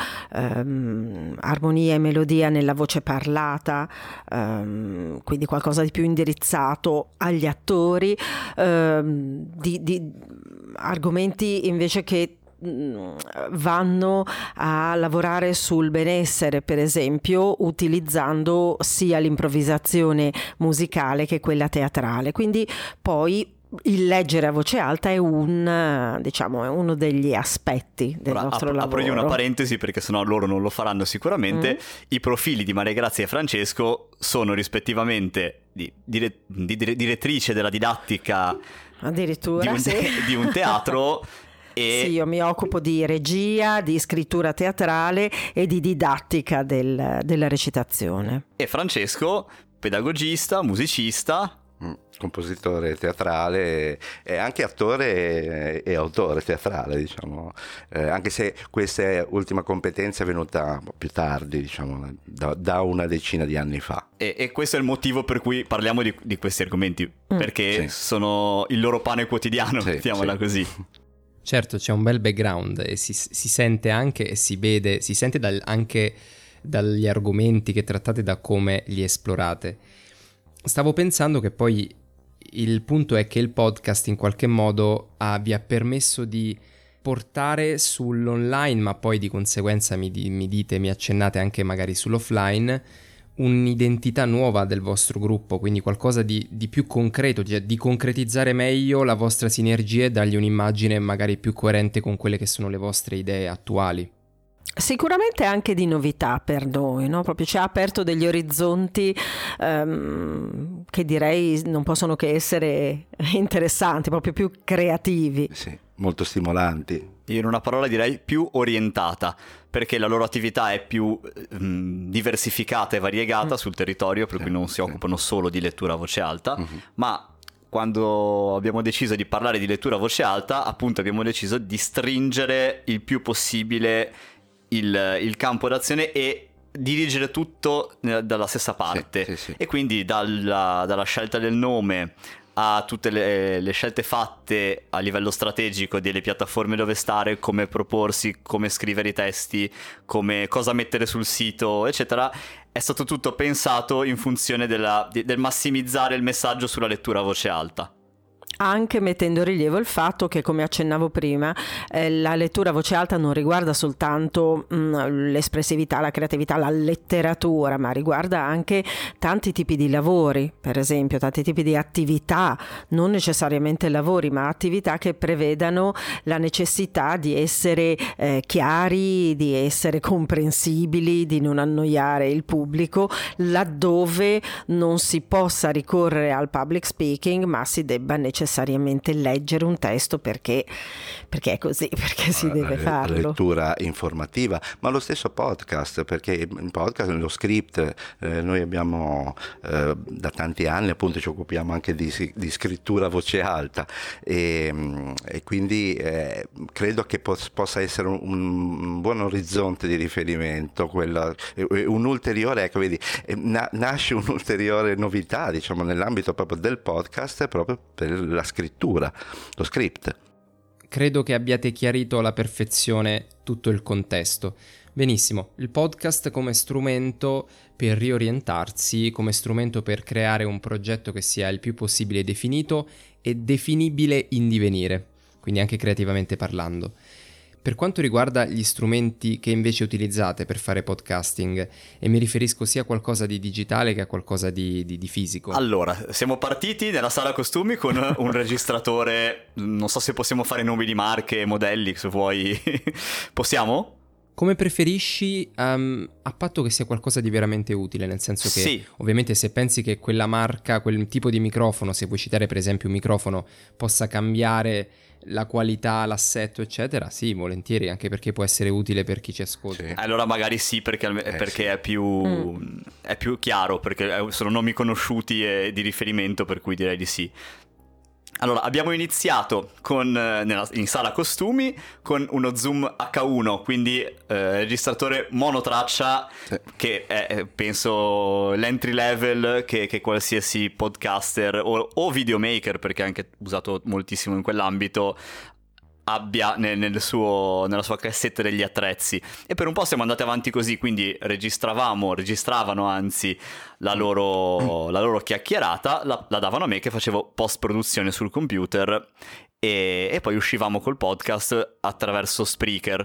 um, armonia e melodia nella voce parlata, um, quindi qualcosa di più indirizzato agli attori, um, di, di argomenti invece che vanno a lavorare sul benessere, per esempio, utilizzando sia l'improvvisazione musicale che quella teatrale. Quindi poi il leggere a voce alta è un, diciamo, è uno degli aspetti del Ora, nostro ap- lavoro. Apro io una parentesi perché sennò loro non lo faranno sicuramente. Mm. I profili di Maria Grazia e Francesco sono rispettivamente di, dire, di direttrice della didattica addirittura di un, sì. di un teatro. E... Sì, io mi occupo di regia, di scrittura teatrale e di didattica del, della recitazione. E Francesco, pedagogista, musicista, mm, compositore teatrale e anche attore e, e autore teatrale, diciamo, eh, anche se questa ultima competenza è venuta più tardi, diciamo, da, da una decina di anni fa. E, e questo è il motivo per cui parliamo di, di questi argomenti, mm. perché sì. sono il loro pane quotidiano, sì, mettiamola sì. così. Certo, c'è un bel background e si, si sente anche e si vede, si sente dal, anche dagli argomenti che trattate, da come li esplorate. Stavo pensando che poi il punto è che il podcast in qualche modo ha, vi ha permesso di portare sull'online, ma poi di conseguenza mi, mi dite, mi accennate anche magari sull'offline, un'identità nuova del vostro gruppo, quindi qualcosa di, di più concreto, cioè di concretizzare meglio la vostra sinergia e dargli un'immagine magari più coerente con quelle che sono le vostre idee attuali. Sicuramente anche di novità per noi, no? Proprio ci ha aperto degli orizzonti um, che direi non possono che essere interessanti, proprio più creativi. Sì, molto stimolanti. in una parola direi più orientata, perché la loro attività è più mh, diversificata e variegata mm. sul territorio, per cui non si occupano solo di lettura a voce alta, mm-hmm. ma quando abbiamo deciso di parlare di lettura a voce alta, appunto abbiamo deciso di stringere il più possibile il, il campo d'azione e dirigere tutto dalla stessa parte. Sì, sì, sì. E quindi dalla, dalla scelta del nome a tutte le, le scelte fatte a livello strategico delle piattaforme dove stare, come proporsi, come scrivere i testi, come cosa mettere sul sito, eccetera, è stato tutto pensato in funzione della, del massimizzare il messaggio sulla lettura a voce alta. Anche mettendo in rilievo il fatto che, come accennavo prima, eh, la lettura a voce alta non riguarda soltanto mh, l'espressività, la creatività, la letteratura, ma riguarda anche tanti tipi di lavori, per esempio, tanti tipi di attività, non necessariamente lavori, ma attività che prevedano la necessità di essere eh, chiari, di essere comprensibili, di non annoiare il pubblico, laddove non si possa ricorrere al public speaking, ma si debba necessariamente necessariamente leggere un testo perché, perché è così, perché si deve la, farlo. La lettura informativa, ma lo stesso podcast, perché il podcast, lo script, eh, noi abbiamo eh, da tanti anni appunto ci occupiamo anche di, di scrittura a voce alta e, e quindi eh, credo che pos, possa essere un, un buon orizzonte di riferimento, quella, un ulteriore, ecco vedi, na, nasce un'ulteriore novità diciamo nell'ambito proprio del podcast proprio per la scrittura, lo script. Credo che abbiate chiarito alla perfezione tutto il contesto. Benissimo, il podcast come strumento per riorientarsi, come strumento per creare un progetto che sia il più possibile definito e definibile in divenire, quindi anche creativamente parlando. Per quanto riguarda gli strumenti che invece utilizzate per fare podcasting, e mi riferisco sia a qualcosa di digitale che a qualcosa di, di, di fisico. Allora, siamo partiti nella sala costumi con un registratore, non so se possiamo fare nomi di marche, modelli, se vuoi. Possiamo? Come preferisci, um, a patto che sia qualcosa di veramente utile, nel senso che sì. Ovviamente se pensi che quella marca, quel tipo di microfono, se vuoi citare per esempio un microfono, possa cambiare la qualità, l'assetto eccetera, sì, volentieri, anche perché può essere utile per chi ci ascolta. Sì. Allora magari sì, perché, eh, perché sì. È, più, mm. è più chiaro, perché sono nomi conosciuti e di riferimento, per cui direi di sì. Allora, abbiamo iniziato con, nella, in sala costumi con uno Zoom acca uno, quindi eh, registratore monotraccia, sì. Che è, penso, l'entry level che, che qualsiasi podcaster o, o videomaker, perché è anche usato moltissimo in quell'ambito, abbia nel, nel suo, nella sua cassetta degli attrezzi. E per un po' siamo andati avanti così, quindi registravamo, registravano anzi la loro, la loro chiacchierata, la, la davano a me che facevo post-produzione sul computer e, e poi uscivamo col podcast attraverso Spreaker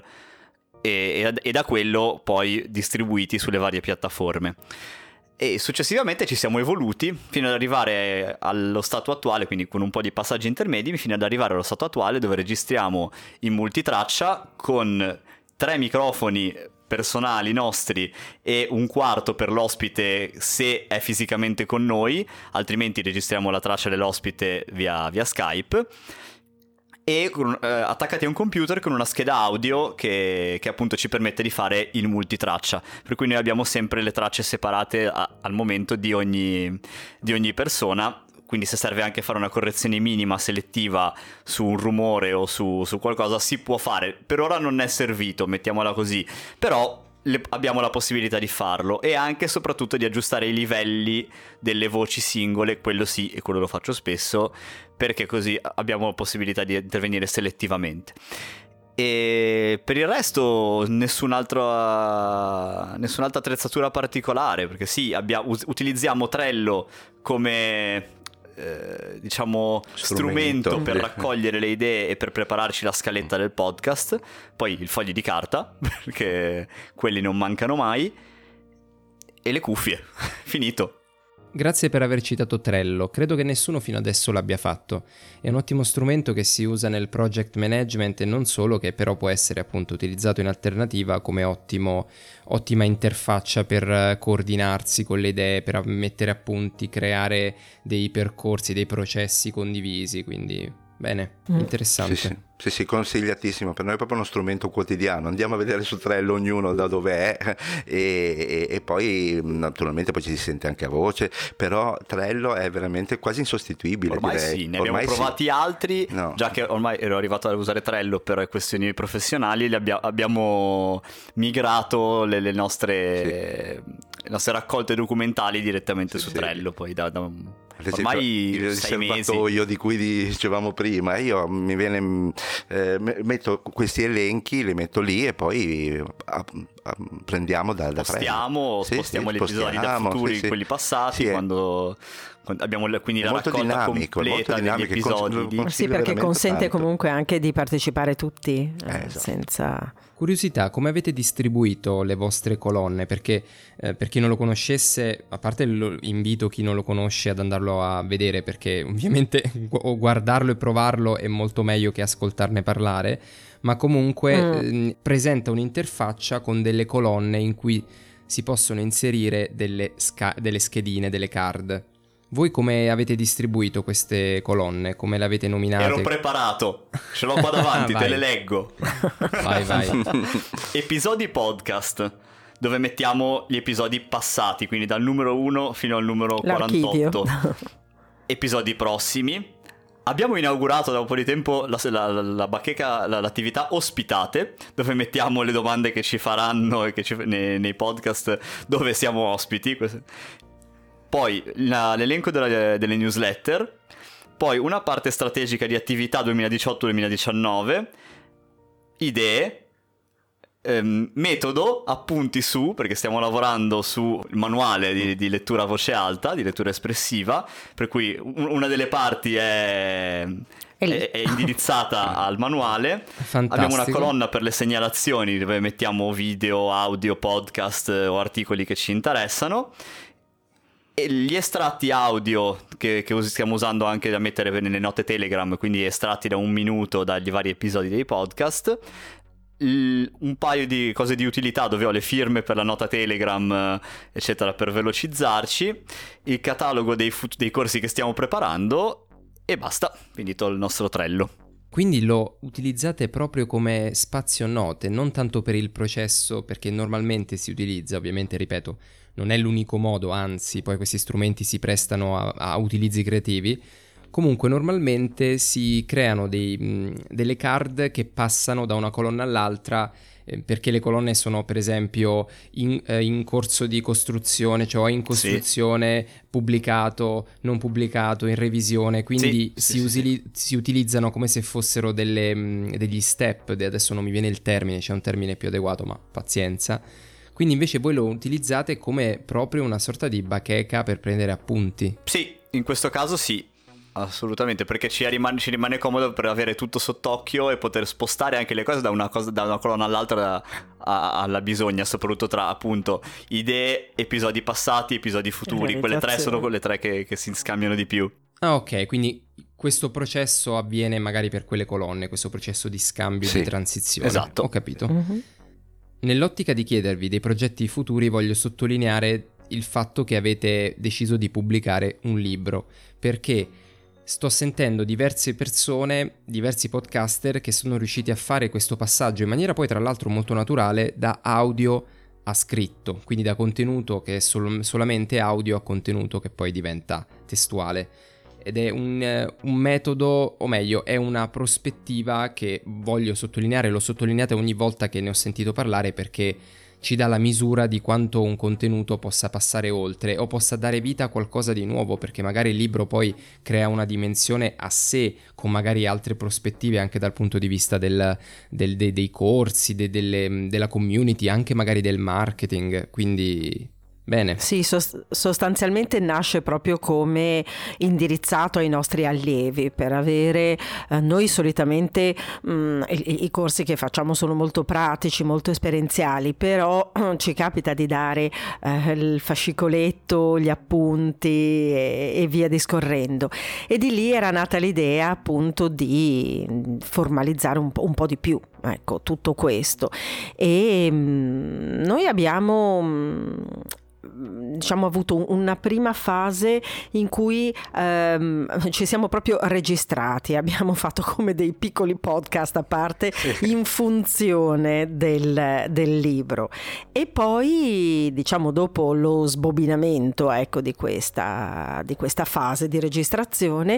e, e da quello poi distribuiti sulle varie piattaforme. E successivamente ci siamo evoluti fino ad arrivare allo stato attuale, quindi con un po' di passaggi intermedi, fino ad arrivare allo stato attuale dove registriamo in multitraccia con tre microfoni personali nostri e un quarto per l'ospite se è fisicamente con noi, altrimenti registriamo la traccia dell'ospite via, via Skype. E con, eh, attaccati a un computer con una scheda audio che, che appunto ci permette di fare il multitraccia, per cui noi abbiamo sempre le tracce separate a, al momento di ogni, di ogni persona, quindi se serve anche fare una correzione minima selettiva su un rumore o su, su qualcosa si può fare. Per ora non è servito, mettiamola così, però le, abbiamo la possibilità di farlo e anche e soprattutto di aggiustare i livelli delle voci singole, quello sì, e quello lo faccio spesso, perché così abbiamo la possibilità di intervenire selettivamente. E per il resto nessun'altra nessun'altra attrezzatura particolare, perché sì, abbiamo, utilizziamo Trello come Eh, diciamo strumento, strumento per raccogliere le idee e per prepararci la scaletta del podcast, poi il foglio di carta perché quelli non mancano mai e le cuffie. Finito. Grazie per aver citato Trello, credo che nessuno fino adesso l'abbia fatto. È un ottimo strumento che si usa nel project management e non solo, che però può essere appunto utilizzato in alternativa come ottimo, ottima interfaccia per coordinarsi con le idee, per mettere a punti, creare dei percorsi, dei processi condivisi, quindi Bene, interessante. Sì, sì. Sì, sì, consigliatissimo, per noi è proprio uno strumento quotidiano, andiamo a vedere su Trello ognuno da dove è e, e, e poi naturalmente poi ci si sente anche a voce, però Trello è veramente quasi insostituibile. Ormai direi. sì, ne ormai abbiamo provati sì. altri, no. già che ormai ero arrivato a usare Trello per questioni professionali, li abbia- abbiamo migrato le, le, nostre, sì. le nostre raccolte documentali direttamente sì, su sì. Trello, poi da, da un... ormai il sei mesi serbatoio di cui dicevamo prima, io mi viene eh, metto questi elenchi, li metto lì e poi a, a, prendiamo da, da spostiamo, sì, spostiamo sì, gli episodi da futuri, sì, quelli passati, sì, quando, quando abbiamo quindi è la molto raccolta dinamico, completa molto degli episodi. Con, sì, perché consente tanto. comunque anche di partecipare tutti, eh, eh, esatto. senza... Curiosità, come avete distribuito le vostre colonne? Perché eh, per chi non lo conoscesse, a parte lo, invito chi non lo conosce ad andarlo a vedere, perché ovviamente gu- guardarlo e provarlo è molto meglio che ascoltarne parlare, ma comunque mm. eh, presenta un'interfaccia con delle colonne in cui si possono inserire delle, sca- delle schedine, delle card. Voi come avete distribuito queste colonne? Come le avete nominate? Ero preparato, ce l'ho qua davanti, te le leggo. Vai, vai. Episodi podcast, dove mettiamo gli episodi passati, quindi dal numero uno fino al numero L'archivio. quarantotto. Episodi prossimi. Abbiamo inaugurato da un po' di tempo la, la, la bacheca, la, l'attività ospitate, dove mettiamo le domande che ci faranno e che ci, nei, nei podcast dove siamo ospiti. Poi la, l'elenco della, delle newsletter, poi una parte strategica di attività duemiladiciotto duemiladiciannove, idee, ehm, metodo, appunti su, perché stiamo lavorando sul manuale di, di lettura a voce alta, di lettura espressiva, per cui una delle parti è... È, è indirizzata al manuale. Fantastico. Abbiamo una colonna per le segnalazioni dove mettiamo video, audio, podcast o articoli che ci interessano. E gli estratti audio che, che stiamo usando anche da mettere nelle note Telegram, quindi estratti da un minuto dagli vari episodi dei podcast. Il, un paio di cose di utilità dove ho le firme per la nota Telegram, eccetera, per velocizzarci. Il catalogo dei, fut- dei corsi che stiamo preparando. E basta, finito il nostro Trello. Quindi lo utilizzate proprio come spazio note, non tanto per il processo, perché normalmente si utilizza, ovviamente, ripeto, non è l'unico modo, anzi, poi questi strumenti si prestano a, a utilizzi creativi. Comunque normalmente si creano dei, mh, delle card che passano da una colonna all'altra, eh, perché le colonne sono per esempio in, eh, in corso di costruzione, cioè in costruzione, sì. pubblicato, non pubblicato, in revisione, quindi sì, si, sì, usili- sì. si utilizzano come se fossero delle, mh, degli step, adesso non mi viene il termine, c'è un termine più adeguato, ma pazienza. Quindi invece voi lo utilizzate come proprio una sorta di bacheca per prendere appunti. Sì, in questo caso sì. Assolutamente, perché ci rimane, ci rimane comodo per avere tutto sott'occhio e poter spostare anche le cose da una, cosa, da una colonna all'altra da, a, alla bisogna, soprattutto tra appunto idee, episodi passati, episodi futuri. Quelle tre sono quelle tre che, che si scambiano di più. Ah, ok, quindi questo processo avviene magari per quelle colonne, questo processo di scambio, sì. di transizione. Esatto. Ho capito. Mm-hmm. Nell'ottica di chiedervi dei progetti futuri voglio sottolineare il fatto che avete deciso di pubblicare un libro, perché sto sentendo diverse persone, diversi podcaster che sono riusciti a fare questo passaggio in maniera poi tra l'altro molto naturale da audio a scritto, quindi da contenuto che è sol- solamente audio a contenuto che poi diventa testuale. Ed è un, un metodo, o meglio, è una prospettiva che voglio sottolineare, l'ho sottolineata ogni volta che ne ho sentito parlare perché ci dà la misura di quanto un contenuto possa passare oltre o possa dare vita a qualcosa di nuovo, perché magari il libro poi crea una dimensione a sé, con magari altre prospettive anche dal punto di vista del, del, dei, dei corsi, de, delle, della community, anche magari del marketing, quindi... Bene. Sì, sost- sostanzialmente nasce proprio come indirizzato ai nostri allievi per avere, eh, noi solitamente mh, i-, i corsi che facciamo sono molto pratici, molto esperienziali, però eh, ci capita di dare eh, il fascicoletto, gli appunti e-, e via discorrendo, e di lì era nata l'idea appunto di formalizzare un po', un po' di più, ecco, tutto questo. E mh, noi abbiamo mh, diciamo avuto una prima fase in cui ehm, ci siamo proprio registrati, abbiamo fatto come dei piccoli podcast a parte in funzione del, del libro, e poi diciamo dopo lo sbobinamento, ecco, di questa, di questa fase di registrazione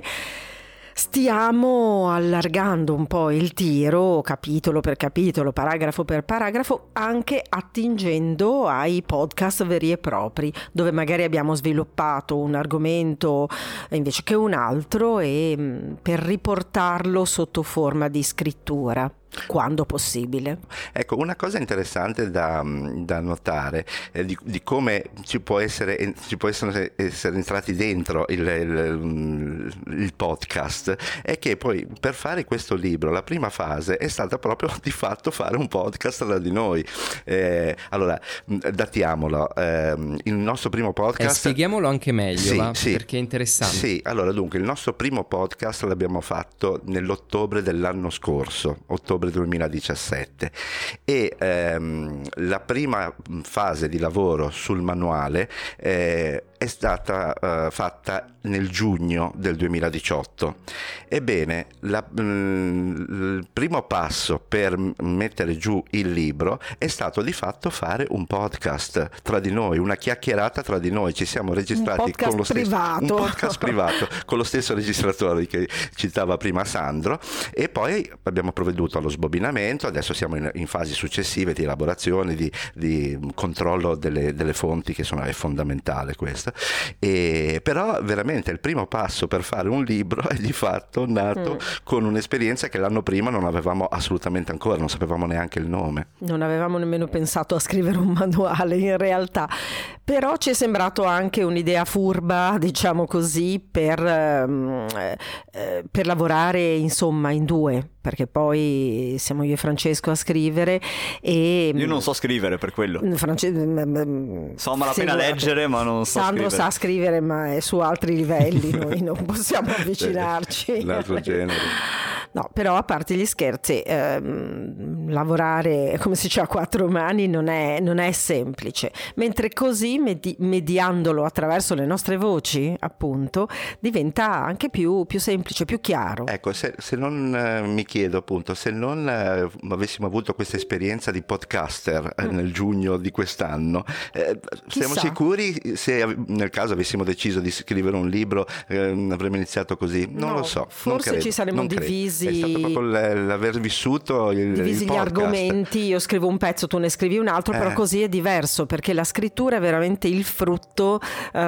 stiamo allargando un po' il tiro, capitolo per capitolo, paragrafo per paragrafo, anche attingendo ai podcast veri e propri, dove magari abbiamo sviluppato un argomento invece che un altro, e per riportarlo sotto forma di scrittura, quando possibile. Ecco, una cosa interessante da, da notare è di, di come ci può essere, ci può essere, essere entrati dentro il, il, il podcast, è che poi per fare questo libro la prima fase è stata proprio di fatto fare un podcast da di noi. Eh, allora, datiamolo, eh, il nostro primo podcast... Eh, spieghiamolo anche meglio, sì, va? Sì, perché è interessante. Sì, allora dunque il nostro primo podcast l'abbiamo fatto nell'ottobre dell'anno scorso, ottobre duemiladiciassette, e ehm, la prima fase di lavoro sul manuale eh, è stata uh, fatta nel giugno del duemiladiciotto. Ebbene, la, mh, il primo passo per mettere giù il libro è stato di fatto fare un podcast tra di noi, una chiacchierata tra di noi. Ci siamo registrati con lo stesso privato. un podcast privato con lo stesso registratore che citava prima Sandro, e poi abbiamo provveduto allo sbobinamento. Adesso siamo in, in fasi successive di elaborazione, di, di controllo delle, delle fonti, che sono, è fondamentale questo. E, però veramente il primo passo per fare un libro è di fatto nato mm. con un'esperienza che l'anno prima non avevamo assolutamente ancora, non sapevamo neanche il nome. Non avevamo nemmeno pensato a scrivere un manuale in realtà, però ci è sembrato anche un'idea furba, diciamo così, per, eh, per lavorare insomma in due, perché poi siamo io e Francesco a scrivere, e io non so scrivere, per quello. France... so a malapena leggere, ma non so Sandro scrivere. sa scrivere, ma è su altri livelli, noi non possiamo avvicinarci. L'altro genere. No, però a parte gli scherzi, ehm, lavorare come si dice a quattro mani non è, non è semplice, mentre così medi- mediandolo attraverso le nostre voci, appunto, diventa anche più, più semplice, più chiaro. Ecco, se, se non eh, mi chiedo appunto, se non eh, avessimo avuto questa esperienza di podcaster eh, mm. nel giugno di quest'anno, eh, siamo sicuri se nel caso avessimo deciso di scrivere un libro eh, avremmo iniziato così? Non no, lo so. Forse non ci saremmo non divisi. È stato proprio l'aver vissuto il, divisi il gli podcast. argomenti, io scrivo un pezzo, tu ne scrivi un altro, eh. però così è diverso, perché la scrittura è veramente il frutto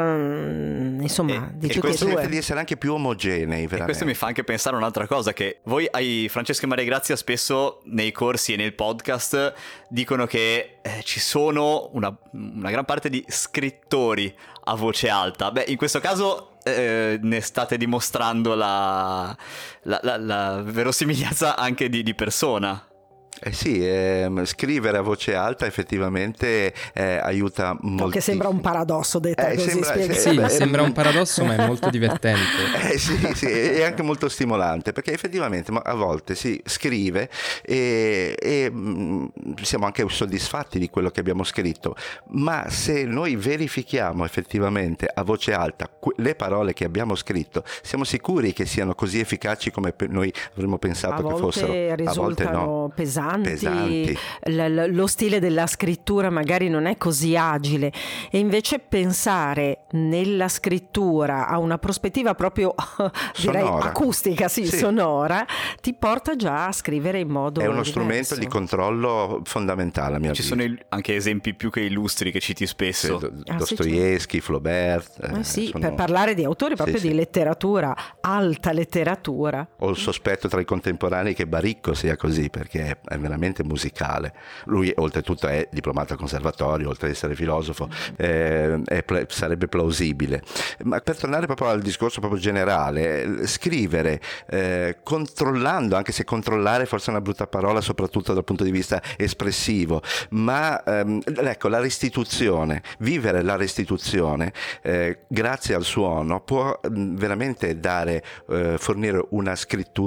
um, insomma e, di e tutti e due. Permette di essere anche più omogenei, veramente. E questo mi fa anche pensare a un'altra cosa, che voi ai Francesco e Maria Grazia spesso nei corsi e nel podcast dicono che eh, ci sono una, una gran parte di scrittori a voce alta. Beh, in questo caso Eh, ne state dimostrando la, la, la, la verosimiglianza anche di, di persona. Eh sì, eh, scrivere a voce alta effettivamente eh, aiuta molto. Che sembra un paradosso detta eh, così sembra, spiegato. Sì, sembra un paradosso, ma è molto divertente. Eh sì, sì, è anche molto stimolante, perché effettivamente a volte si scrive e, e mh, siamo anche soddisfatti di quello che abbiamo scritto, ma se noi verifichiamo effettivamente a voce alta le parole che abbiamo scritto, siamo sicuri che siano così efficaci come noi avremmo pensato a che fossero? A volte no. pesanti. Pesanti. L- lo stile della scrittura magari non è così agile, e invece pensare nella scrittura a una prospettiva proprio direi sonora. acustica, sì, sì, sonora, ti porta già a scrivere in modo è uno diverso. Strumento di controllo fondamentale, a mio ci avviso. Sono il- anche esempi più che illustri che citi spesso. sì, ah, Dostoevsky, sì, Flaubert eh, sì, sono... per parlare di autori proprio sì, di sì. letteratura, alta letteratura. Ho il sospetto tra i contemporanei che Baricco sia così, perché è veramente musicale. Lui oltretutto è diplomato al conservatorio, oltre ad essere filosofo, eh, è, sarebbe plausibile. Ma per tornare proprio al discorso proprio generale, scrivere eh, controllando, anche se controllare forse è una brutta parola, soprattutto dal punto di vista espressivo, ma ehm, ecco, la restituzione, vivere la restituzione eh, grazie al suono può mh, veramente dare, eh, fornire una scrittura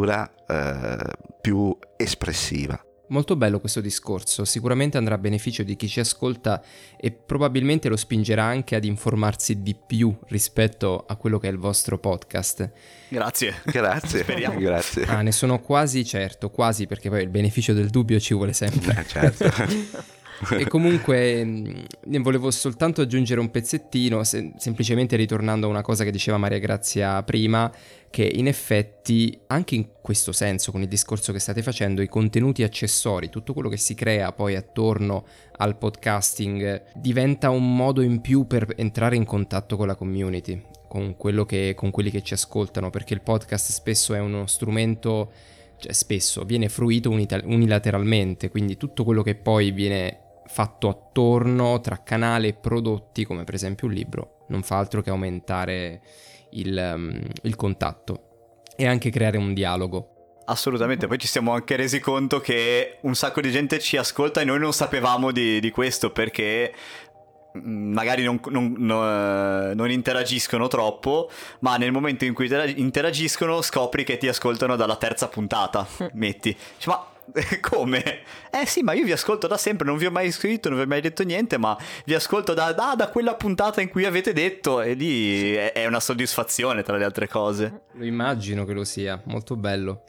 eh, più espressiva. Molto bello questo discorso, sicuramente andrà a beneficio di chi ci ascolta e probabilmente lo spingerà anche ad informarsi di più rispetto a quello che è il vostro podcast. Grazie. Grazie. Speriamo. Grazie. Ah, ne sono quasi certo, quasi, perché poi il beneficio del dubbio ci vuole sempre. Eh, certo. E comunque ne volevo soltanto aggiungere un pezzettino, se- semplicemente ritornando a una cosa che diceva Maria Grazia prima, che in effetti anche in questo senso, con il discorso che state facendo, i contenuti accessori, tutto quello che si crea poi attorno al podcasting diventa un modo in più per entrare in contatto con la community, con quello che, con quelli che ci ascoltano, perché il podcast spesso è uno strumento, cioè spesso viene fruito unita- unilateralmente, quindi tutto quello che poi viene fatto attorno tra canale e prodotti, come per esempio un libro, non fa altro che aumentare il, um, il contatto e anche creare un dialogo. Assolutamente, poi ci siamo anche resi conto che un sacco di gente ci ascolta e noi non sapevamo di, di questo, perché magari non, non, non, non interagiscono troppo, ma nel momento in cui interagiscono scopri che ti ascoltano dalla terza puntata, metti, cioè, ma come? Eh sì, ma io vi ascolto da sempre, non vi ho mai iscritto, non vi ho mai detto niente, ma vi ascolto da, da, da quella puntata in cui avete detto, e lì è, è una soddisfazione tra le altre cose. Lo immagino che lo sia, molto bello.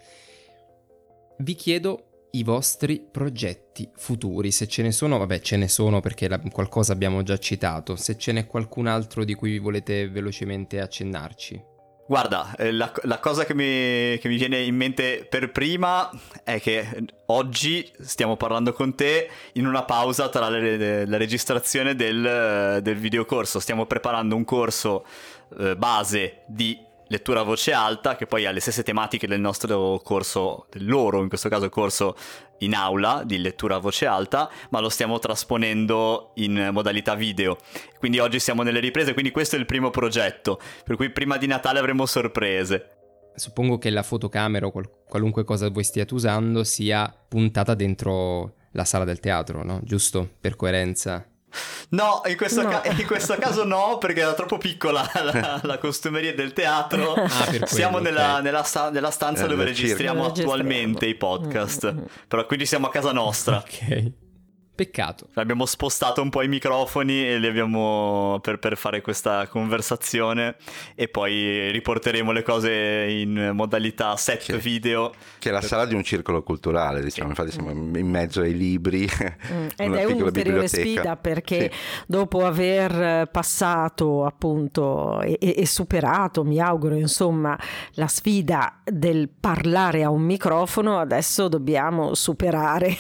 Vi chiedo i vostri progetti futuri, se ce ne sono, vabbè ce ne sono perché la, qualcosa abbiamo già citato, se ce n'è qualcun altro di cui volete velocemente accennarci. Guarda, la, la cosa che mi, che mi viene in mente per prima è che oggi stiamo parlando con te in una pausa tra le, la registrazione del, del videocorso. Stiamo preparando un corso eh, base di lettura a voce alta, che poi ha le stesse tematiche del nostro corso, del loro in questo caso corso in aula di lettura a voce alta, ma lo stiamo trasponendo in modalità video. Quindi oggi siamo nelle riprese, quindi questo è il primo progetto, per cui prima di Natale avremo sorprese. Suppongo che la fotocamera o qual- qualunque cosa voi stiate usando sia puntata dentro la sala del teatro, no? Giusto? Per coerenza. No, in questo, No. Ca- in questo caso no, perché era troppo piccola la, la costumeria del teatro. Ah, per siamo quello, nella, ok. nella, sta- nella stanza Eh, dove nel registriamo circo. attualmente i podcast. Mm-hmm. Però quindi siamo a casa nostra. Ok. Peccato. Abbiamo spostato un po' i microfoni e li abbiamo per, per fare questa conversazione, e poi riporteremo le cose in modalità set Che- video. Che è la sala di un circolo culturale, diciamo, infatti siamo in mezzo ai libri. Mm, ed una è piccola un'ulteriore biblioteca. sfida, perché Sì. dopo aver passato appunto e, e- e superato, mi auguro insomma, la sfida del parlare a un microfono, adesso dobbiamo superare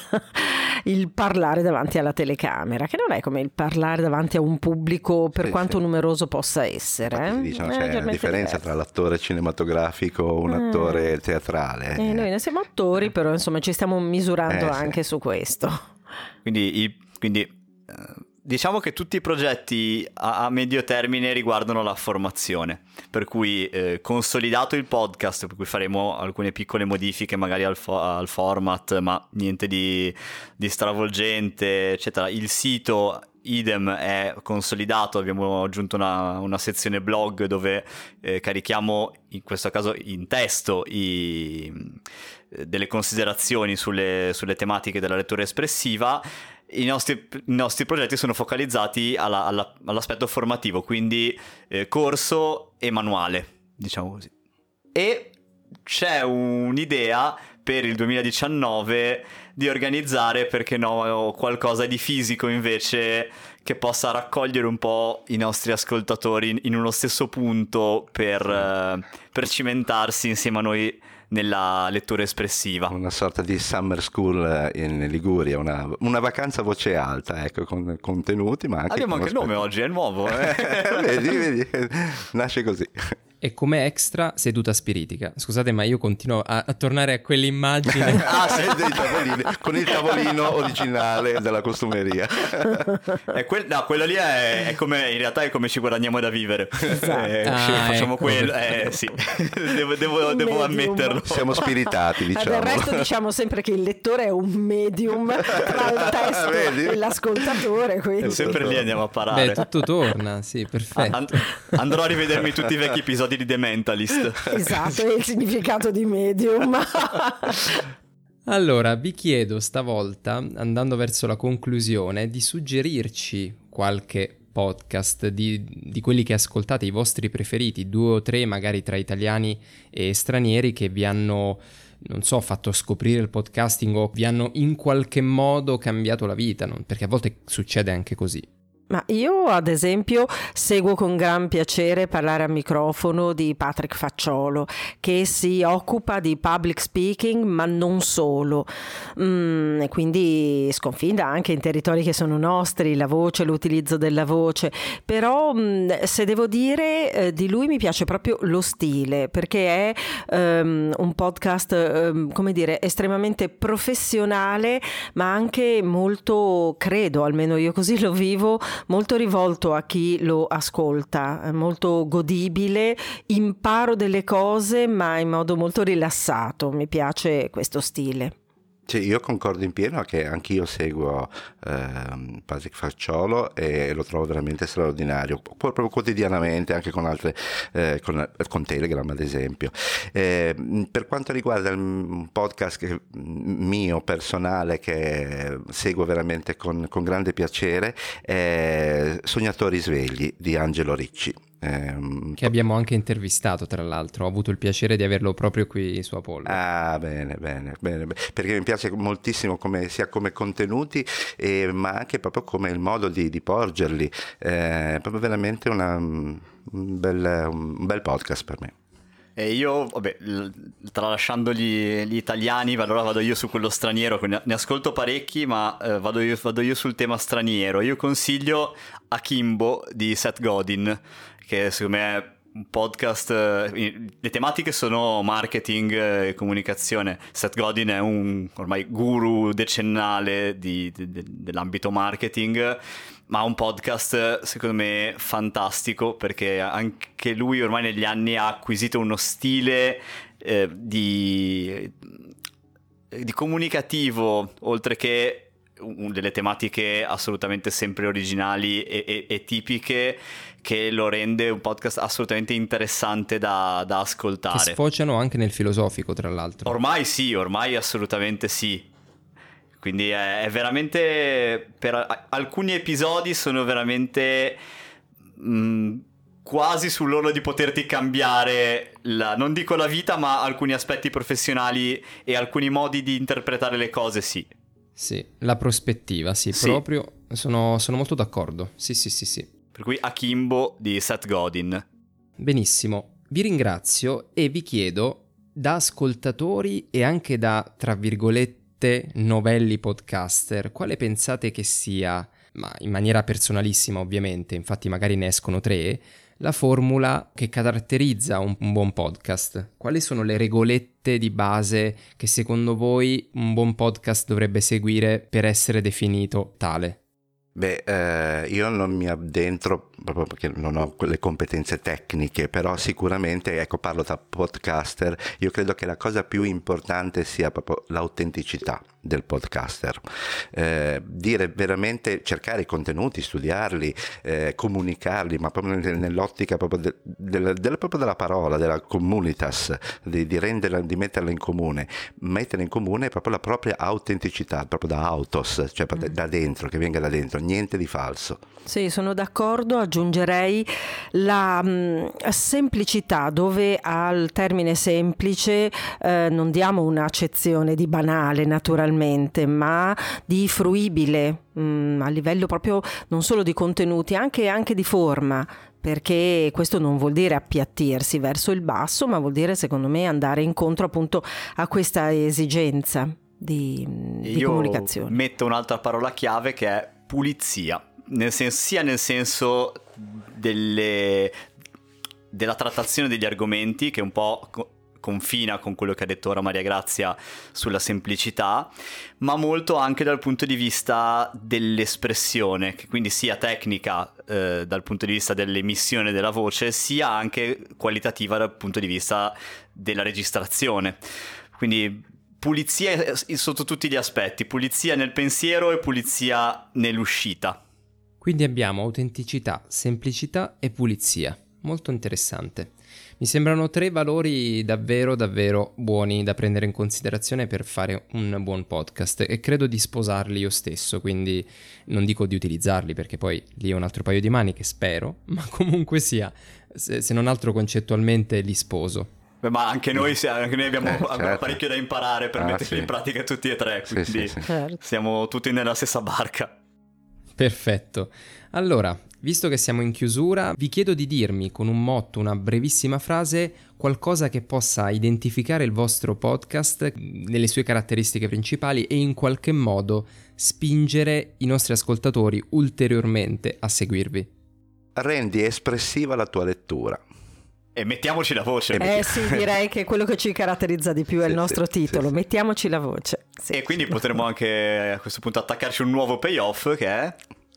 il parlare davanti alla telecamera, che non è come il parlare davanti a un pubblico, per Sì, quanto sì. numeroso possa essere. Infatti eh? si dice, no, È c'è una leggermente differenza diverso. tra l'attore cinematografico o un Mm. attore teatrale. Eh, noi ne siamo attori, però insomma ci stiamo misurando Eh, sì. anche su questo. Quindi, i- quindi eh, diciamo che tutti i progetti a, a medio termine riguardano la formazione, per cui eh, consolidato il podcast, per cui faremo alcune piccole modifiche magari al, fo- al format, ma niente di, di stravolgente, eccetera. Il sito idem è consolidato, abbiamo aggiunto una, una sezione blog dove eh, carichiamo, in questo caso in testo, i, delle considerazioni sulle, sulle tematiche della lettura espressiva. I nostri, i nostri progetti sono focalizzati alla, alla, all'aspetto formativo, quindi eh, corso e manuale, diciamo così. E c'è un'idea per il duemiladiciannove di organizzare, perché no, qualcosa di fisico invece, che possa raccogliere un po' i nostri ascoltatori in, in uno stesso punto per, eh, per cimentarsi insieme a noi nella lettura espressiva. Una sorta di summer school in Liguria, una, una vacanza a voce alta, ecco, con contenuti, ma anche... Abbiamo con anche il nome aspetto- oggi, è nuovo. Eh? vedi, vedi, nasce così. E come extra seduta spiritica. Scusate, ma io continuo a, a tornare a quell'immagine. Ah, sì, dei tavolini, con il tavolino originale della costumeria. È quel- no, quello lì è, è come, in realtà è come ci guadagniamo da vivere. Eh, Ah, sì, facciamo ecco. quello, eh, sì. devo, devo, Un devo medium. ammetterlo. Siamo spiritati, Eh, diciamo. del resto diciamo sempre che il lettore è un medium tra il testo Vedi? e l'ascoltatore, quindi. Sempre lì andiamo a parare. Beh, tutto torna, sì, perfetto. And- andrò a rivedermi tutti i vecchi episodi episodi di The Mentalist. Esatto, è il significato di medium. Allora, vi chiedo stavolta, andando verso la conclusione, di suggerirci qualche podcast di, di quelli che ascoltate, i vostri preferiti, due o tre magari tra italiani e stranieri che vi hanno, non so, fatto scoprire il podcasting o vi hanno in qualche modo cambiato la vita, no? Perché a volte succede anche così. Ma io ad esempio seguo con gran piacere Parlare a microfono di Patrick Facciolo, che si occupa di public speaking ma non solo, mm, e quindi sconfina anche in territori che sono nostri, la voce, l'utilizzo della voce, però mm, se devo dire eh, di lui mi piace proprio lo stile, perché è um, un podcast um, come dire estremamente professionale ma anche molto, credo, almeno io così lo vivo, molto rivolto a chi lo ascolta, molto godibile, imparo delle cose ma in modo molto rilassato, mi piace questo stile. Sì, io concordo in pieno che anch'io seguo eh, Patrick Facciolo e lo trovo veramente straordinario, proprio quotidianamente, anche con altre, eh, con, con Telegram ad esempio. Eh, per quanto riguarda il podcast che, mio personale che seguo veramente con, con grande piacere, è Sognatori svegli di Angelo Ricci. Ehm, che abbiamo anche intervistato, tra l'altro ho avuto il piacere di averlo proprio qui su Apollo. Ah, bene, bene, bene, perché mi piace moltissimo come, sia come contenuti eh, ma anche proprio come il modo di, di porgerli, eh, proprio veramente una, un, bel, un bel podcast per me. E io, vabbè, tralasciando gli, gli italiani, allora vado io su quello straniero, ne ascolto parecchi, ma eh, vado, io, vado io sul tema straniero. Io consiglio Akimbo di Seth Godin, che secondo me è un podcast, le tematiche sono marketing e comunicazione. Seth Godin è un ormai guru decennale di, di, de, dell'ambito marketing, ma ha un podcast secondo me fantastico, perché anche lui ormai negli anni ha acquisito uno stile eh, di, di comunicativo, oltre che delle tematiche assolutamente sempre originali e, e, e tipiche, che lo rende un podcast assolutamente interessante da, da ascoltare. Che sfociano anche nel filosofico, tra l'altro. Ormai sì, ormai assolutamente sì. Quindi è, è veramente, per alcuni episodi sono veramente mh, quasi sull'orlo di poterti cambiare la, non dico la vita, ma alcuni aspetti professionali e alcuni modi di interpretare le cose, sì. Sì, la prospettiva, sì, sì. proprio, sono, sono molto d'accordo, sì sì sì sì. Per cui Akimbo di Seth Godin. Benissimo, vi ringrazio e vi chiedo, da ascoltatori e anche da, tra virgolette, novelli podcaster, quale pensate che sia, ma in maniera personalissima ovviamente, infatti magari ne escono tre, la formula che caratterizza un, un buon podcast? Quali sono le regolette di base che secondo voi un buon podcast dovrebbe seguire per essere definito tale? Beh, eh, io non mi addentro proprio perché non ho quelle competenze tecniche, però sicuramente, ecco, parlo da podcaster, io credo che la cosa più importante sia proprio l'autenticità del podcaster, eh, dire veramente, cercare i contenuti, studiarli, eh, comunicarli, ma proprio nell'ottica proprio, de, de, de, proprio della parola, della communitas, di, di renderla, di metterla in comune, mettere in comune proprio la propria autenticità, proprio da autos, cioè mm. da dentro, che venga da dentro, niente di falso. Sì, sono d'accordo, aggiungerei la mh, semplicità, dove al termine semplice eh, non diamo un'accezione di banale naturalmente, ma di fruibile mh, a livello proprio non solo di contenuti, anche, anche di forma, perché questo non vuol dire appiattirsi verso il basso, ma vuol dire secondo me andare incontro appunto a questa esigenza di, di Io comunicazione. Metto un'altra parola chiave che è pulizia. Nel senso, sia nel senso delle, della trattazione degli argomenti, che un po' confina con quello che ha detto ora Maria Grazia sulla semplicità, ma molto anche dal punto di vista dell'espressione, che quindi sia tecnica eh, dal punto di vista dell'emissione della voce, sia anche qualitativa dal punto di vista della registrazione. Quindi pulizia sotto tutti gli aspetti, pulizia nel pensiero e pulizia nell'uscita. Quindi abbiamo autenticità, semplicità e pulizia. Molto interessante. Mi sembrano tre valori davvero davvero buoni da prendere in considerazione per fare un buon podcast e credo di sposarli io stesso, quindi non dico di utilizzarli perché poi lì è un altro paio di maniche, spero, ma comunque sia, se, se non altro concettualmente li sposo. Beh, ma anche noi, anche noi abbiamo, eh, abbiamo certo. parecchio da imparare per ah, metterli sì. in pratica tutti e tre, Sì, quindi sì, sì. Certo. siamo tutti nella stessa barca. Perfetto. Allora, visto che siamo in chiusura, vi chiedo di dirmi con un motto, una brevissima frase, qualcosa che possa identificare il vostro podcast nelle sue caratteristiche principali e in qualche modo spingere i nostri ascoltatori ulteriormente a seguirvi. Rendi espressiva la tua lettura. E mettiamoci la voce. Eh sì, direi che quello che ci caratterizza di più è Sì, il nostro sì, titolo, sì, sì. mettiamoci la voce. Sì. E quindi potremo anche a questo punto attaccarci un nuovo payoff che è...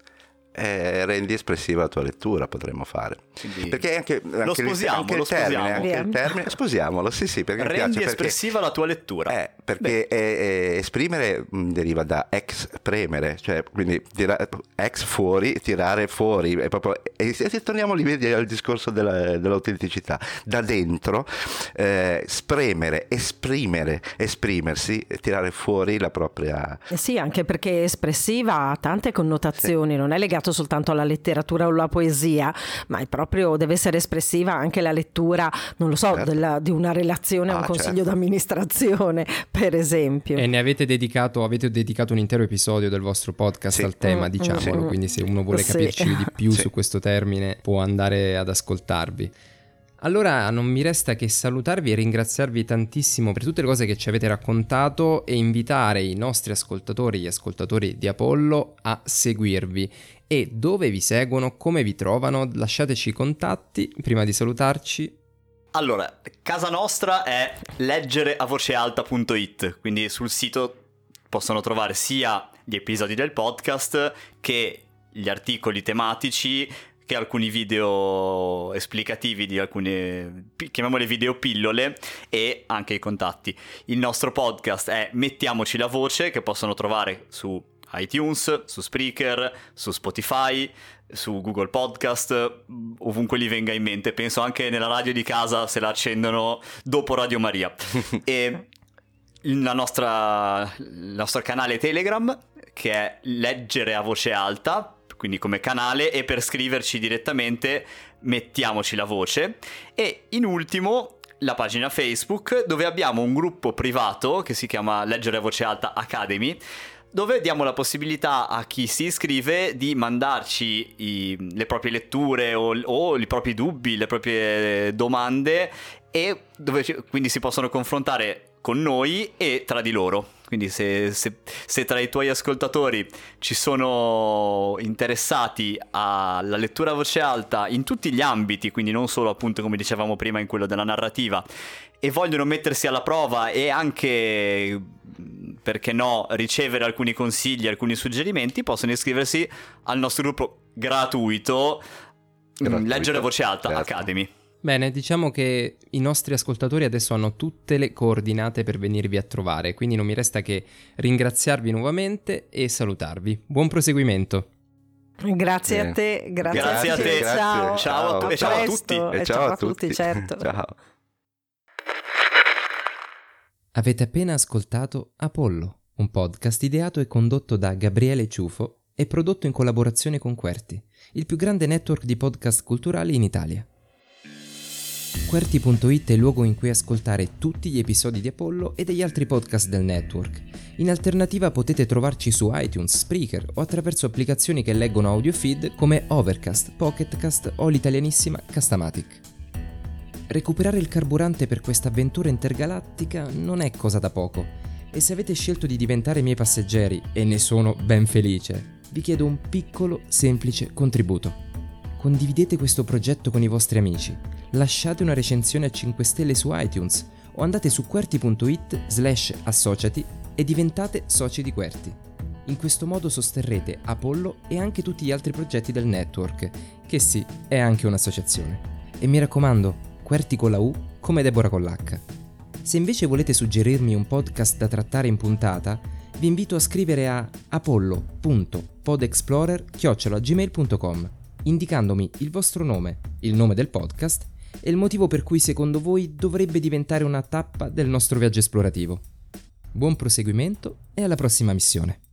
Eh, rendi espressiva la tua lettura, potremmo fare. Quindi Perché anche, anche lo sposiamo, il, anche lo il termine, sposiamo. anche Via. il termine, sposiamolo, sì sì, perché mi Rendi piace, perché, espressiva la tua lettura. eh, perché è- è- esprimere mh, deriva da ex premere, cioè quindi tira, ex fuori, tirare fuori, è proprio, e, e torniamo lì vedi, al discorso della- dell'autenticità, da dentro eh, spremere, esprimere, esprimersi, e tirare fuori la propria... Eh sì, anche perché espressiva ha tante connotazioni, non è legato soltanto alla letteratura o alla poesia, ma è proprio, deve essere espressiva anche la lettura, non lo so, Certo. della- di una relazione a un Ah, consiglio certo. d'amministrazione, per esempio. E ne avete dedicato, avete dedicato un intero episodio del vostro podcast Sì. al tema, Mm, diciamolo, mm, quindi se uno vuole sì. capirci di più Sì. su questo termine può andare ad ascoltarvi. Allora non mi resta che salutarvi e ringraziarvi tantissimo per tutte le cose che ci avete raccontato e invitare i nostri ascoltatori, gli ascoltatori di Apollo, a seguirvi. E dove vi seguono, come vi trovano, lasciateci i contatti prima di salutarci. Allora, casa nostra è leggereavocealta punto it, quindi sul sito possono trovare sia gli episodi del podcast che gli articoli tematici, che alcuni video esplicativi di alcune, pi- chiamiamole video pillole, e anche i contatti. Il nostro podcast è Mettiamoci la voce, che possono trovare su iTunes, su Spreaker, su Spotify, su Google Podcast, ovunque gli venga in mente. Penso anche nella radio di casa, se la accendono dopo Radio Maria. E la nostra, il nostro canale Telegram, che è Leggere a Voce Alta, quindi come canale, e per scriverci direttamente Mettiamoci la voce. E in ultimo la pagina Facebook, dove abbiamo un gruppo privato che si chiama Leggere a Voce Alta Academy, dove diamo la possibilità a chi si iscrive di mandarci i, le proprie letture o, o i propri dubbi, le proprie domande, e dove ci- quindi si possono confrontare con noi e tra di loro. Quindi se, se, se tra i tuoi ascoltatori ci sono interessati alla lettura a voce alta in tutti gli ambiti, quindi non solo appunto come dicevamo prima in quello della narrativa, e vogliono mettersi alla prova e anche, perché no, ricevere alcuni consigli, alcuni suggerimenti, possono iscriversi al nostro gruppo gratuito, Gratuito, Leggere a Voce Alta certo. Academy. Bene, diciamo che i nostri ascoltatori adesso hanno tutte le coordinate per venirvi a trovare, quindi non mi resta che ringraziarvi nuovamente e salutarvi. Buon proseguimento. Grazie Bene. a te, grazie, Grazie a te. ciao, Ciao a- a e ciao a presto, tutti. e E ciao a tutti, certo. Ciao. Avete appena ascoltato Apollo, un podcast ideato e condotto da Gabriele Ciufo e prodotto in collaborazione con Querti, il più grande network di podcast culturali in Italia. Querti punto it è il luogo in cui ascoltare tutti gli episodi di Apollo e degli altri podcast del network. In alternativa potete trovarci su iTunes, Spreaker o attraverso applicazioni che leggono audio feed come Overcast, Pocketcast o l'italianissima Castamatic. Recuperare il carburante per questa avventura intergalattica non è cosa da poco, e se avete scelto di diventare miei passeggeri, e ne sono ben felice, vi chiedo un piccolo, semplice contributo. Condividete questo progetto con i vostri amici, lasciate una recensione a cinque stelle su iTunes o andate su querti punto it slash associati e diventate soci di Querti. In questo modo sosterrete Apollo e anche tutti gli altri progetti del network, che sì, è anche un'associazione. E mi raccomando, Querti con la U come Deborah con l'H. Se invece volete suggerirmi un podcast da trattare in puntata, vi invito a scrivere a apollo punto podexplorer chiocciola gmail punto com indicandomi il vostro nome, il nome del podcast e il motivo per cui secondo voi dovrebbe diventare una tappa del nostro viaggio esplorativo. Buon proseguimento e alla prossima missione.